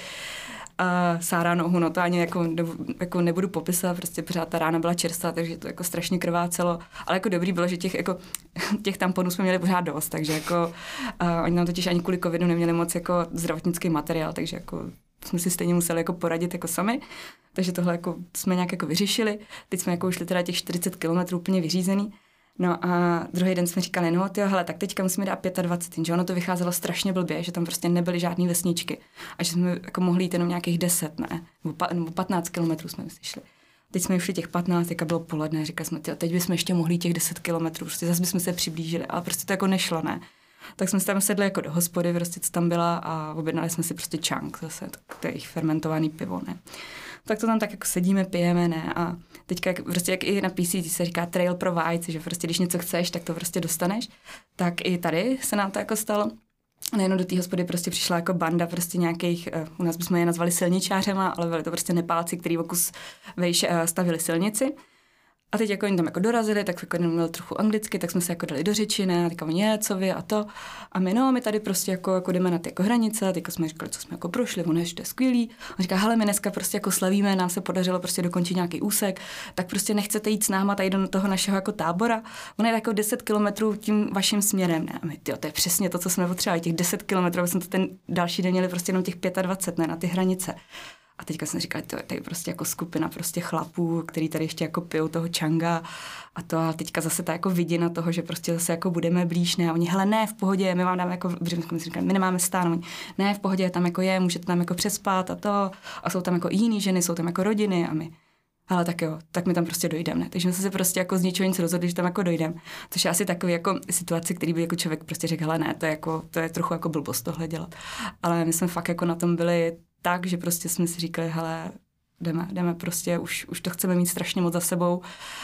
A Sára nohu, no to ani jako, jako nebudu popisat, prostě pořád ta rána byla čerstvá, takže to jako strašně krvácelo, ale jako dobrý bylo, že těch, jako, těch tamponů jsme měli pořád dost, takže jako uh, oni nám totiž ani kvůli covidu neměli moc jako zdravotnický materiál, takže jako jsme si stejně museli jako poradit jako sami, takže tohle jako jsme nějak jako vyřešili, teď jsme jako ušli teda těch čtyřicet kilometrů úplně vyřízený. No a druhý den jsme říkali, no tyjo, hele, tak teďka musíme dát dvacet pět, že ono to vycházelo strašně blbě, že tam prostě nebyly žádný vesničky a že jsme jako mohli jít jenom nějakých deset, ne, nebo, pa, nebo patnáct kilometrů jsme si šli. Teď jsme ušli těch patnáct, teďka bylo poledne, říkali jsme, tyjo, teď bychom ještě mohli těch deset kilometrů, prostě zase bychom se přiblížili, ale prostě to jako nešlo, ne. Tak jsme se tam sedli jako do hospody, prostě co tam byla a objednali jsme si prostě chunk, zase to je jejich fermentovaný pivo, ne. Tak to tam tak jako sedíme, pijeme, ne, a teďka jak, prostě jak i na P C se říká trail provides, že prostě když něco chceš, tak to prostě dostaneš, tak i tady se nám to jako stalo. Nejenom do té hospody prostě přišla jako banda prostě nějakých, u nás bychom je nazvali silničářema, ale byli to prostě Nepálci, kteří okus vejš stavili silnici. A teď jako oni tam jako dorazili, tak jako jeden mluvil trochu anglicky, tak jsme se jako dali do řeči, ne, a teďka oni je, co vy a to. A my no, my tady prostě jako, jako jdeme na ty jako hranice, a teďka jsme říkali, co jsme jako prošli, ono je, to je skvělý. On říká, hele, my dneska prostě jako slavíme, nám se podařilo prostě dokončit nějaký úsek, tak prostě nechcete jít s náma tady do toho našeho jako tábora. On je jako deset kilometrů tím vaším směrem, ne. A my, tyjo, to je přesně to, co jsme potřebovali, těch deset kilometrů, aby jsme to ten další den měli prostě jenom těch dvacet pět, ne, na ty hranice. A teďka jsem říkala, to je tady prostě jako skupina prostě chlapů, který tady ještě jako pijou toho čanga a to a teďka zase ta jako vidina toho, že prostě zase jako budeme blíž, ne, a oni, hele, ne, v pohodě, my vám dáme jako, my, říkali, my nemáme stán, oni, ne, v pohodě, tam jako je, můžete tam jako přespat a to, a jsou tam jako i jiný ženy, jsou tam jako rodiny a my, ale tak jo, tak my tam prostě dojdeme, ne, takže jsme se prostě jako z ničeho nic rozhodli, že tam jako dojdeme, což je asi takový jako situace, který by jako člověk prostě řekl, hele, ne, to je jako, to je trochu jako blbost tohle dělat, ale my jsme fakt jako na tom byli tak, že prostě jsme si říkali, hele, jdeme, jdeme prostě, už, už to chceme mít strašně moc za sebou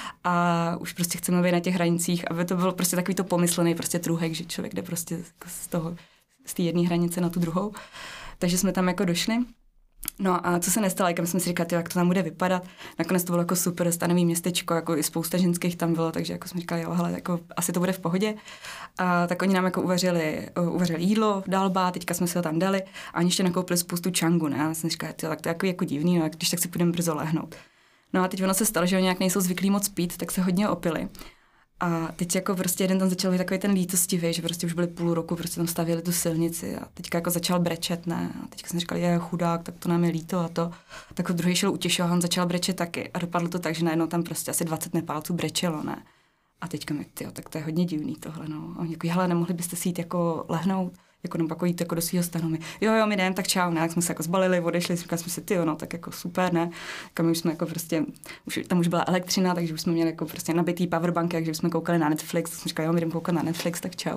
a už prostě chceme být na těch hranicích, aby to byl prostě takový to pomyslený prostě trůhek, že člověk jde prostě z toho, z té jedné hranice na tu druhou. Takže jsme tam jako došli. No a co se nestalo, jak jsme si říkali, jak to tam bude vypadat. Nakonec to bylo jako super stanový městečko, jako i spousta ženských tam bylo, takže jako jsme říkali, jo, hele, jako asi to bude v pohodě. A tak oni nám jako uvařili, uvařili jídlo, dalba, teďka jsme se ho tam dali a oni ještě nakoupili spoustu čangu, ne? A jsem říkala, tak to je jako, jako divný, no, když tak si půjdeme brzo lehnout. No a teď ono se stalo, že oni nějak nejsou zvyklí moc pít, tak se hodně opili. A teď jako prostě jeden tam začal být takový ten lítostivý, že prostě už byli půl roku, prostě tam stavěli tu silnici a teďka jako začal brečet, ne, a teďka jsme říkali, je chudák, tak to nám je líto a to. Tak druhý šel utěšovat, on začal brečet taky a dopadlo to tak, že najednou tam prostě asi dvacet Nepálců brečelo, ne. A teďka mi, tyjo, tak to je hodně divný tohle, no. A oni jako, hele, nemohli byste si jít jako lehnout, jako nebo jako jít jako do svého stanu. My, jo, jo, my jdem, tak čau, ne, tak jsme se jako zbalili, odešli, říkali jsme si, tyjo, no, tak jako super, ne. Tak my už jsme jako prostě, už, tam už byla elektřina, takže už jsme měli jako prostě nabitý powerbanky, takže už jsme koukali na Netflix, tak jsme říkali, jo, my jdeme koukat na Netflix, tak čau.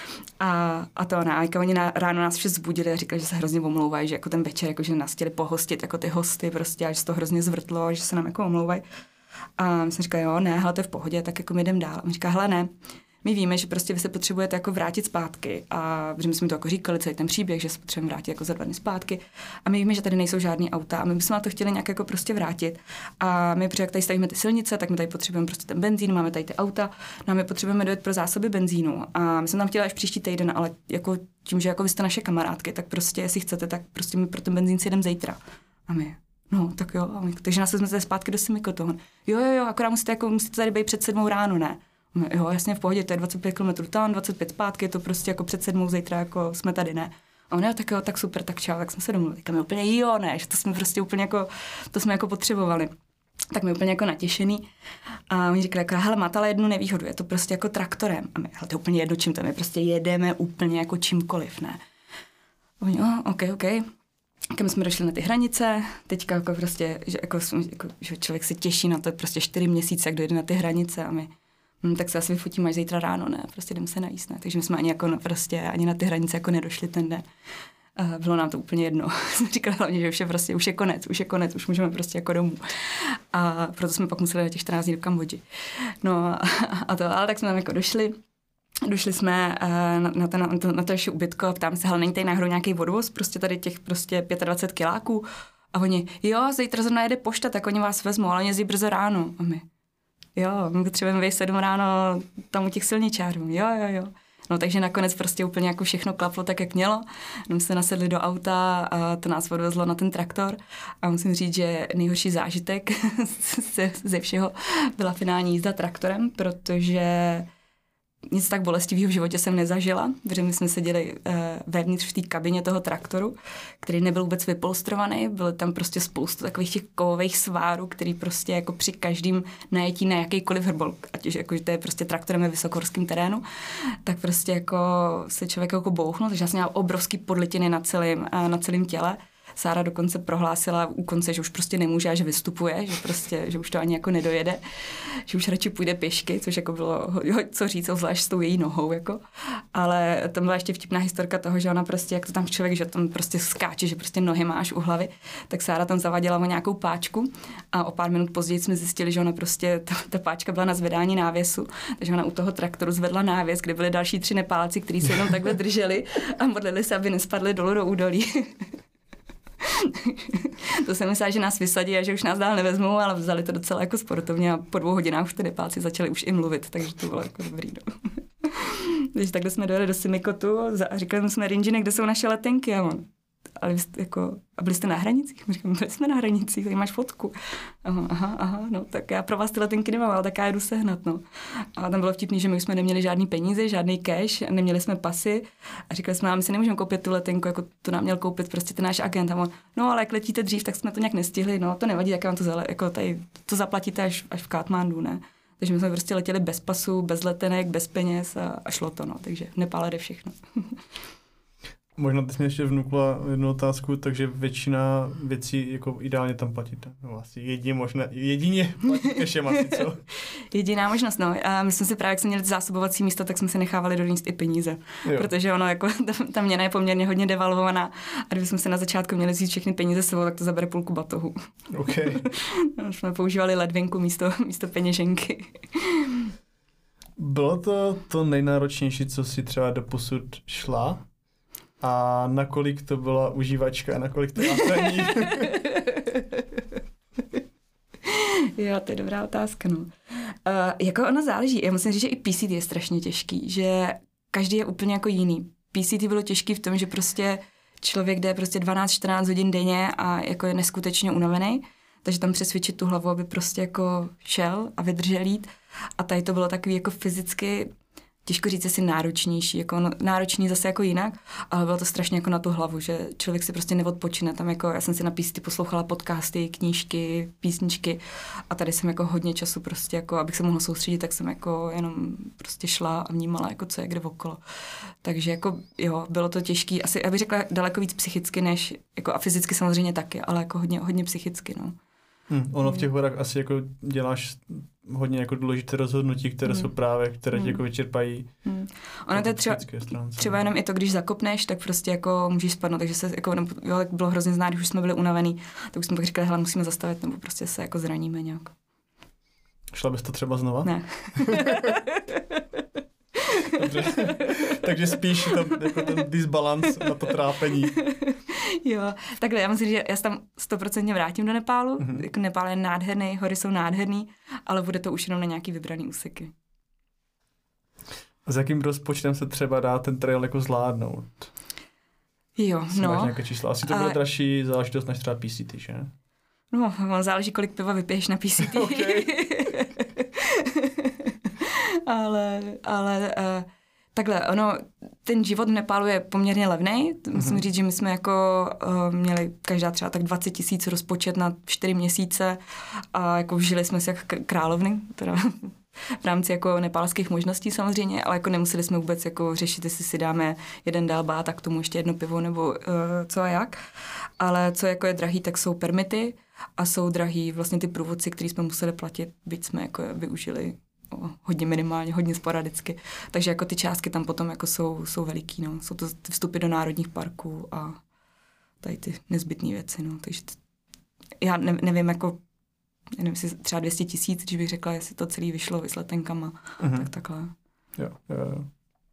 A, a to ne, a jako oni na, ráno nás vše zbudili a říkali, že se hrozně omlouvají, že jako ten večer, jako že nás chtěli pohostit, jako ty hosty prostě, a že se to hrozně zvrtlo, že se nám jako omlouvají. A my jsme říkali, jo, ne, hele, to je v pohodě, tak jako my jdem dál. A my říká, hele, ne. My víme, že prostě vy se potřebujete jako vrátit zpátky a že my jsme to jako říkali, celý ten příběh, že se potřebujeme vrátit jako za dva dny zpátky a my víme, že tady nejsou žádný auta a my bychom na to chtěli nějak jako prostě vrátit a my, protože jak tady stavíme ty silnice, tak my tady potřebujeme prostě ten benzín, máme tady ty auta, no a my potřebujeme dojet pro zásoby benzínu a my jsme tam chtěli až příští týden, ale jako tím, že jako vy jste naše kamarádky, tak prostě jestli chcete, tak prostě my pro ten benzín si jdem zítra. A my, no tak jo, a my, takže nás jsme zpátky do Simikoton. Jo, jo, jo, akorát musíte, jako, musíte tady být před sedmou ráno, ne? Jo, jasně, v pohodě, to je dvacet pět kilometrů tam, dvacet pět zpátky, je to prostě jako před sedmou zítra, jako jsme tady, ne. A on, jo, tak jo, tak super, tak čau, tak jsme se domluvili. Tak my úplně jo, ne, že to jsme prostě úplně jako, to jsme jako potřebovali. Tak my úplně jako natěšený. A oni říkali, jako, hele, máte ale jednu nevýhodu, je to prostě jako traktorem. A my, hele, to je úplně jedno čím, to my prostě jedeme úplně jako čímkoliv, ne. A oni, oh, ok, ok. Když jsme došli na ty hranice, teďka jako prostě, že, jako, jako, že člověk se těší na to, prostě čtyři měsíce, jak dojde na ty hranice a my, hm, tak se asi vyfotíme až zítra ráno, ne, prostě jdeme se najíst, ne, takže my jsme ani jako no, prostě ani na ty hranice jako nedošli ten den. A bylo nám to úplně jedno. Jsme říkali hlavně, že už je prostě, už je konec, už je konec, už můžeme prostě jako domů. A proto jsme pak museli na těch čtrnáct dní do Kambodži. No a, a to, ale tak jsme tam jako došli. Došli jsme uh, na, na, ten, na, to, na to naše ubytko a ptám se, hele, není tady náhodou nějaký odvoz, prostě tady těch prostě dvacet pět kiláků. A oni, jo, zítra zrovna jede pošta, tak oni vás vezmou, ale oni jezdí brzo ráno. A my, jo, my potřebujeme vejít sedm ráno tam u těch silničářů. Jo, jo, jo. No takže nakonec prostě úplně jako všechno klaplo tak, jak mělo. My jsme nasedli do auta a to nás odvezlo na ten traktor a musím říct, že nejhorší zážitek ze, ze všeho byla finální jízda traktorem, protože nic tak bolestivého v životě jsem nezažila, protože my jsme seděli uh, vevnitř v té kabině toho traktoru, který nebyl vůbec vypolstrovaný, bylo tam prostě spoustu takových těch kovových svárů, který prostě jako při každém najetí na jakýkoliv hrbol, ať už jako, že to je prostě traktorem ve vysokohorském terénu, tak prostě jako se člověk jako bouchnul, takže já jsem měla obrovský podlitiny na celém, uh, na celém těle. Sára dokonce prohlásila u konce, že už prostě nemůže a že vystupuje, že prostě, že už to ani jako nedojede, že už radši půjde pěšky, což jako bylo co říct, zvlášť s tou její nohou, jako. Ale tam byla ještě vtipná historka toho, že ona prostě, jak to tam člověk, že tam prostě skáče, že prostě nohy máš u hlavy, tak Sára tam zavadila o nějakou páčku a o pár minut později jsme zjistili, že ona prostě, ta, ta páčka byla na zvedání návěsu, takže ona u toho traktoru zvedla návěs, kde byly další tři Nepálci, kteří se jenom takhle drželi a modlili se, aby nespadli dolů do údolí. To jsem myslela, že nás vysadí a že už nás dál nevezmou, ale vzali to docela jako sportovně a po dvou hodinách už ty Nepálci začali už i mluvit, takže to bylo jako dobrý. No. Takže takhle jsme dojeli do Simikotu a říkali jsme Rinžine, kde jsou naše letenky a on. Ale jste, jako, a byli jste na hranicích? My říkám, byli jsme na hranicích, tady máš fotku. Aha, aha, aha, no, tak já pro vás ty letenky nemám, ale tak já jdu sehnat, no. A tam bylo vtipný, že my jsme neměli žádný peníze, žádný cash, neměli jsme pasy a říkali jsme, my si nemůžeme koupit tu letenku, jako to nám měl koupit prostě ten náš agent. A on, no ale jak letíte dřív, tak jsme to nějak nestihli, no to nevadí, jak vám to, zale, jako tady, to zaplatíte až, až v Katmandu, ne. Takže my jsme prostě letěli bez pasu, bez letenek, bez peněz a, a šlo to, no, takže v Nepále jde všechno. Možná teď mě ještě vnukla jednu otázku, takže většina věcí jako ideálně tam platíte. No asi jedině možná, jedině platíte cashem asi, co? Jediná možnost, no. A my jsme si právě, jak jsme měli zásobovací místo, tak jsme si nechávali donést i peníze. Jo. Protože ono, jako, ta, ta měna je poměrně hodně devalvovaná a kdybychom se na začátku měli vzít všechny peníze sebou, tak to zabere půlku batohu. Okay. No, jsme používali ledvinku místo, místo peněženky. Bylo to to nejnáročnější, co si třeba doposud šla? A nakolik to byla užívačka a nakolik to není? Jo, to je dobrá otázka, no. Uh, jako ono záleží. Já musím říct, že i P C T je strašně těžký, že každý je úplně jako jiný. P C T bylo těžký v tom, že prostě člověk jde prostě dvanáct čtrnáct hodin denně a jako je neskutečně unavený, takže tam přesvědčit tu hlavu, aby prostě jako šel a vydržel jít. A tady to bylo takový jako fyzicky těžko říct, jestli náročnější, jako no, náročný zase jako jinak, ale bylo to strašně jako na tu hlavu, že člověk si prostě neodpočine. Tam jako, já jsem si na P C T poslouchala podcasty, knížky, písničky a tady jsem jako hodně času prostě jako, abych se mohla soustředit, tak jsem jako jenom prostě šla a vnímala jako co je kde okolo. Takže jako jo, bylo to těžký, asi, já bych řekla daleko víc psychicky než, jako a fyzicky samozřejmě taky, ale jako hodně, hodně psychicky, no. Hmm, ono v těch horách asi jako děláš hodně jako důležité rozhodnutí, které hmm. jsou právě, které tě jako vyčerpají. Hmm. Ono to je třeba, třeba jenom i to, když zakopneš, tak prostě jako můžeš spadnout, takže se jako, jo, tak bylo hrozně znát, když už jsme byli unavený, tak už jsme pak říkali, hele, musíme zastavit, nebo prostě se jako zraníme nějak. Šla bys to třeba znova? Ne. Dobře. Takže spíš tam, jako ten disbalans na to trápení. Jo, takhle, já musím říct, že já se tam stoprocentně vrátím do Nepálu. Mm-hmm. Jako Nepál je nádherný, hory jsou nádherný, ale bude to už jenom na nějaký vybraný úseky. A s jakým rozpočtem se třeba dá ten trail jako zvládnout? Jo, Asi no. Máš nějaké čísla? Asi to bude ale... dražší záležitost než třeba P C T, že? No, záleží, kolik piva vypiješ na P C T. Okay. ale, ale... Uh... Takhle, ono, ten život v Nepálu je poměrně levnej. Musím mm-hmm. říct, že my jsme jako uh, měli každá třeba tak dvacet tisíc rozpočet na čtyři měsíce a jako žili jsme si jak královny, teda v rámci jako nepálských možností samozřejmě, ale jako nemuseli jsme vůbec jako řešit, jestli si dáme jeden dálbát a k tomu ještě jedno pivo nebo uh, co a jak. Ale co jako je drahý, tak jsou permity a jsou drahý vlastně ty průvodci, který jsme museli platit, byť jsme jako využili hodně minimálně, hodně sporadicky. Takže jako ty částky tam potom jako jsou, jsou veliký, no. Jsou to ty vstupy do národních parků a tady ty nezbytné věci, no. Takže t- já ne, nevím, jako nevím, jestli třeba dvě stě tisíc, když bych řekla, jestli to celý vyšlo s letenkama, mm-hmm. tak takhle. Jo, jo, jo.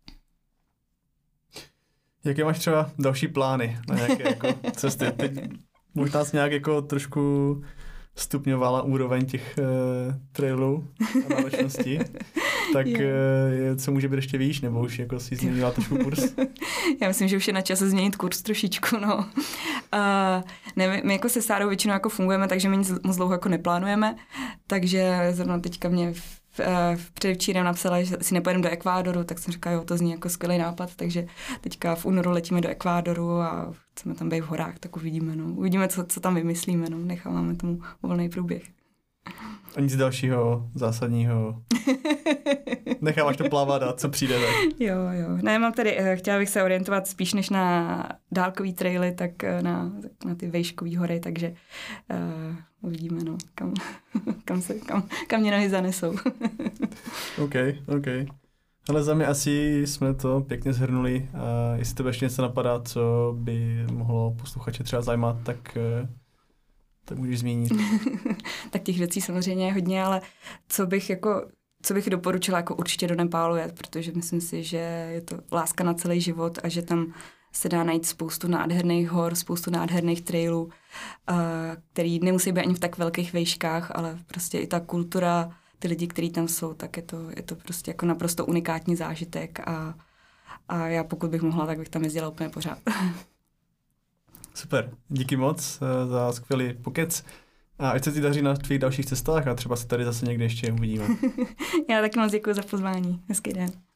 Jaké máš třeba další plány na nějaké jako cesty? Teď možná jsi nějak jako trošku stupňovala úroveň těch uh, trailů a náročností, tak uh, co může být ještě výš, nebo už jako si změnila trošku kurz? Já myslím, že už je na čase změnit kurz trošičku, no. Uh, ne, my jako se Sárou většinou jako fungujeme, takže my nic moc dlouho jako neplánujeme, takže zrovna teďka mě v, v předevčírem napsala, že si nepojedeme do Ekvádoru, tak jsem říkala, jo, to zní jako skvělý nápad, takže teďka v únoru letíme do Ekvádoru a chceme tam být v horách, tak uvidíme, no. Uvidíme, co, co tam vymyslíme, no. Necháváme tomu volný průběh. A nic dalšího zásadního. Necháváš to plavat a co přijde, tak. Jo, jo. Ne, mám tady, chtěla bych se orientovat spíš než na dálkový traily, tak na, na ty vejškový hory, takže uh, uvidíme, no, kam, kam, se, kam, kam mě nohy zanesou. OK, OK. Ale za mě asi jsme to pěkně shrnuli. A jestli tebe ještě něco napadá, co by mohlo posluchače třeba zajímat, tak, tak můžeš zmínit. Tak těch věcí samozřejmě je hodně, ale co bych jako co bych doporučila, jako určitě do Nepálu jet, protože myslím si, že je to láska na celý život a že tam se dá najít spoustu nádherných hor, spoustu nádherných trailů, který nemusí být ani v tak velkých výškách, ale prostě i ta kultura, ty lidi, kteří tam jsou, tak je to, je to prostě jako naprosto unikátní zážitek a, a já pokud bych mohla, tak bych tam jezdila úplně pořád. Super, díky moc za skvělý pokec. A ať se ti daří na tvých dalších cestách a třeba se tady zase někde ještě uvidíme. Já taky moc děkuji za pozvání. Hezký den.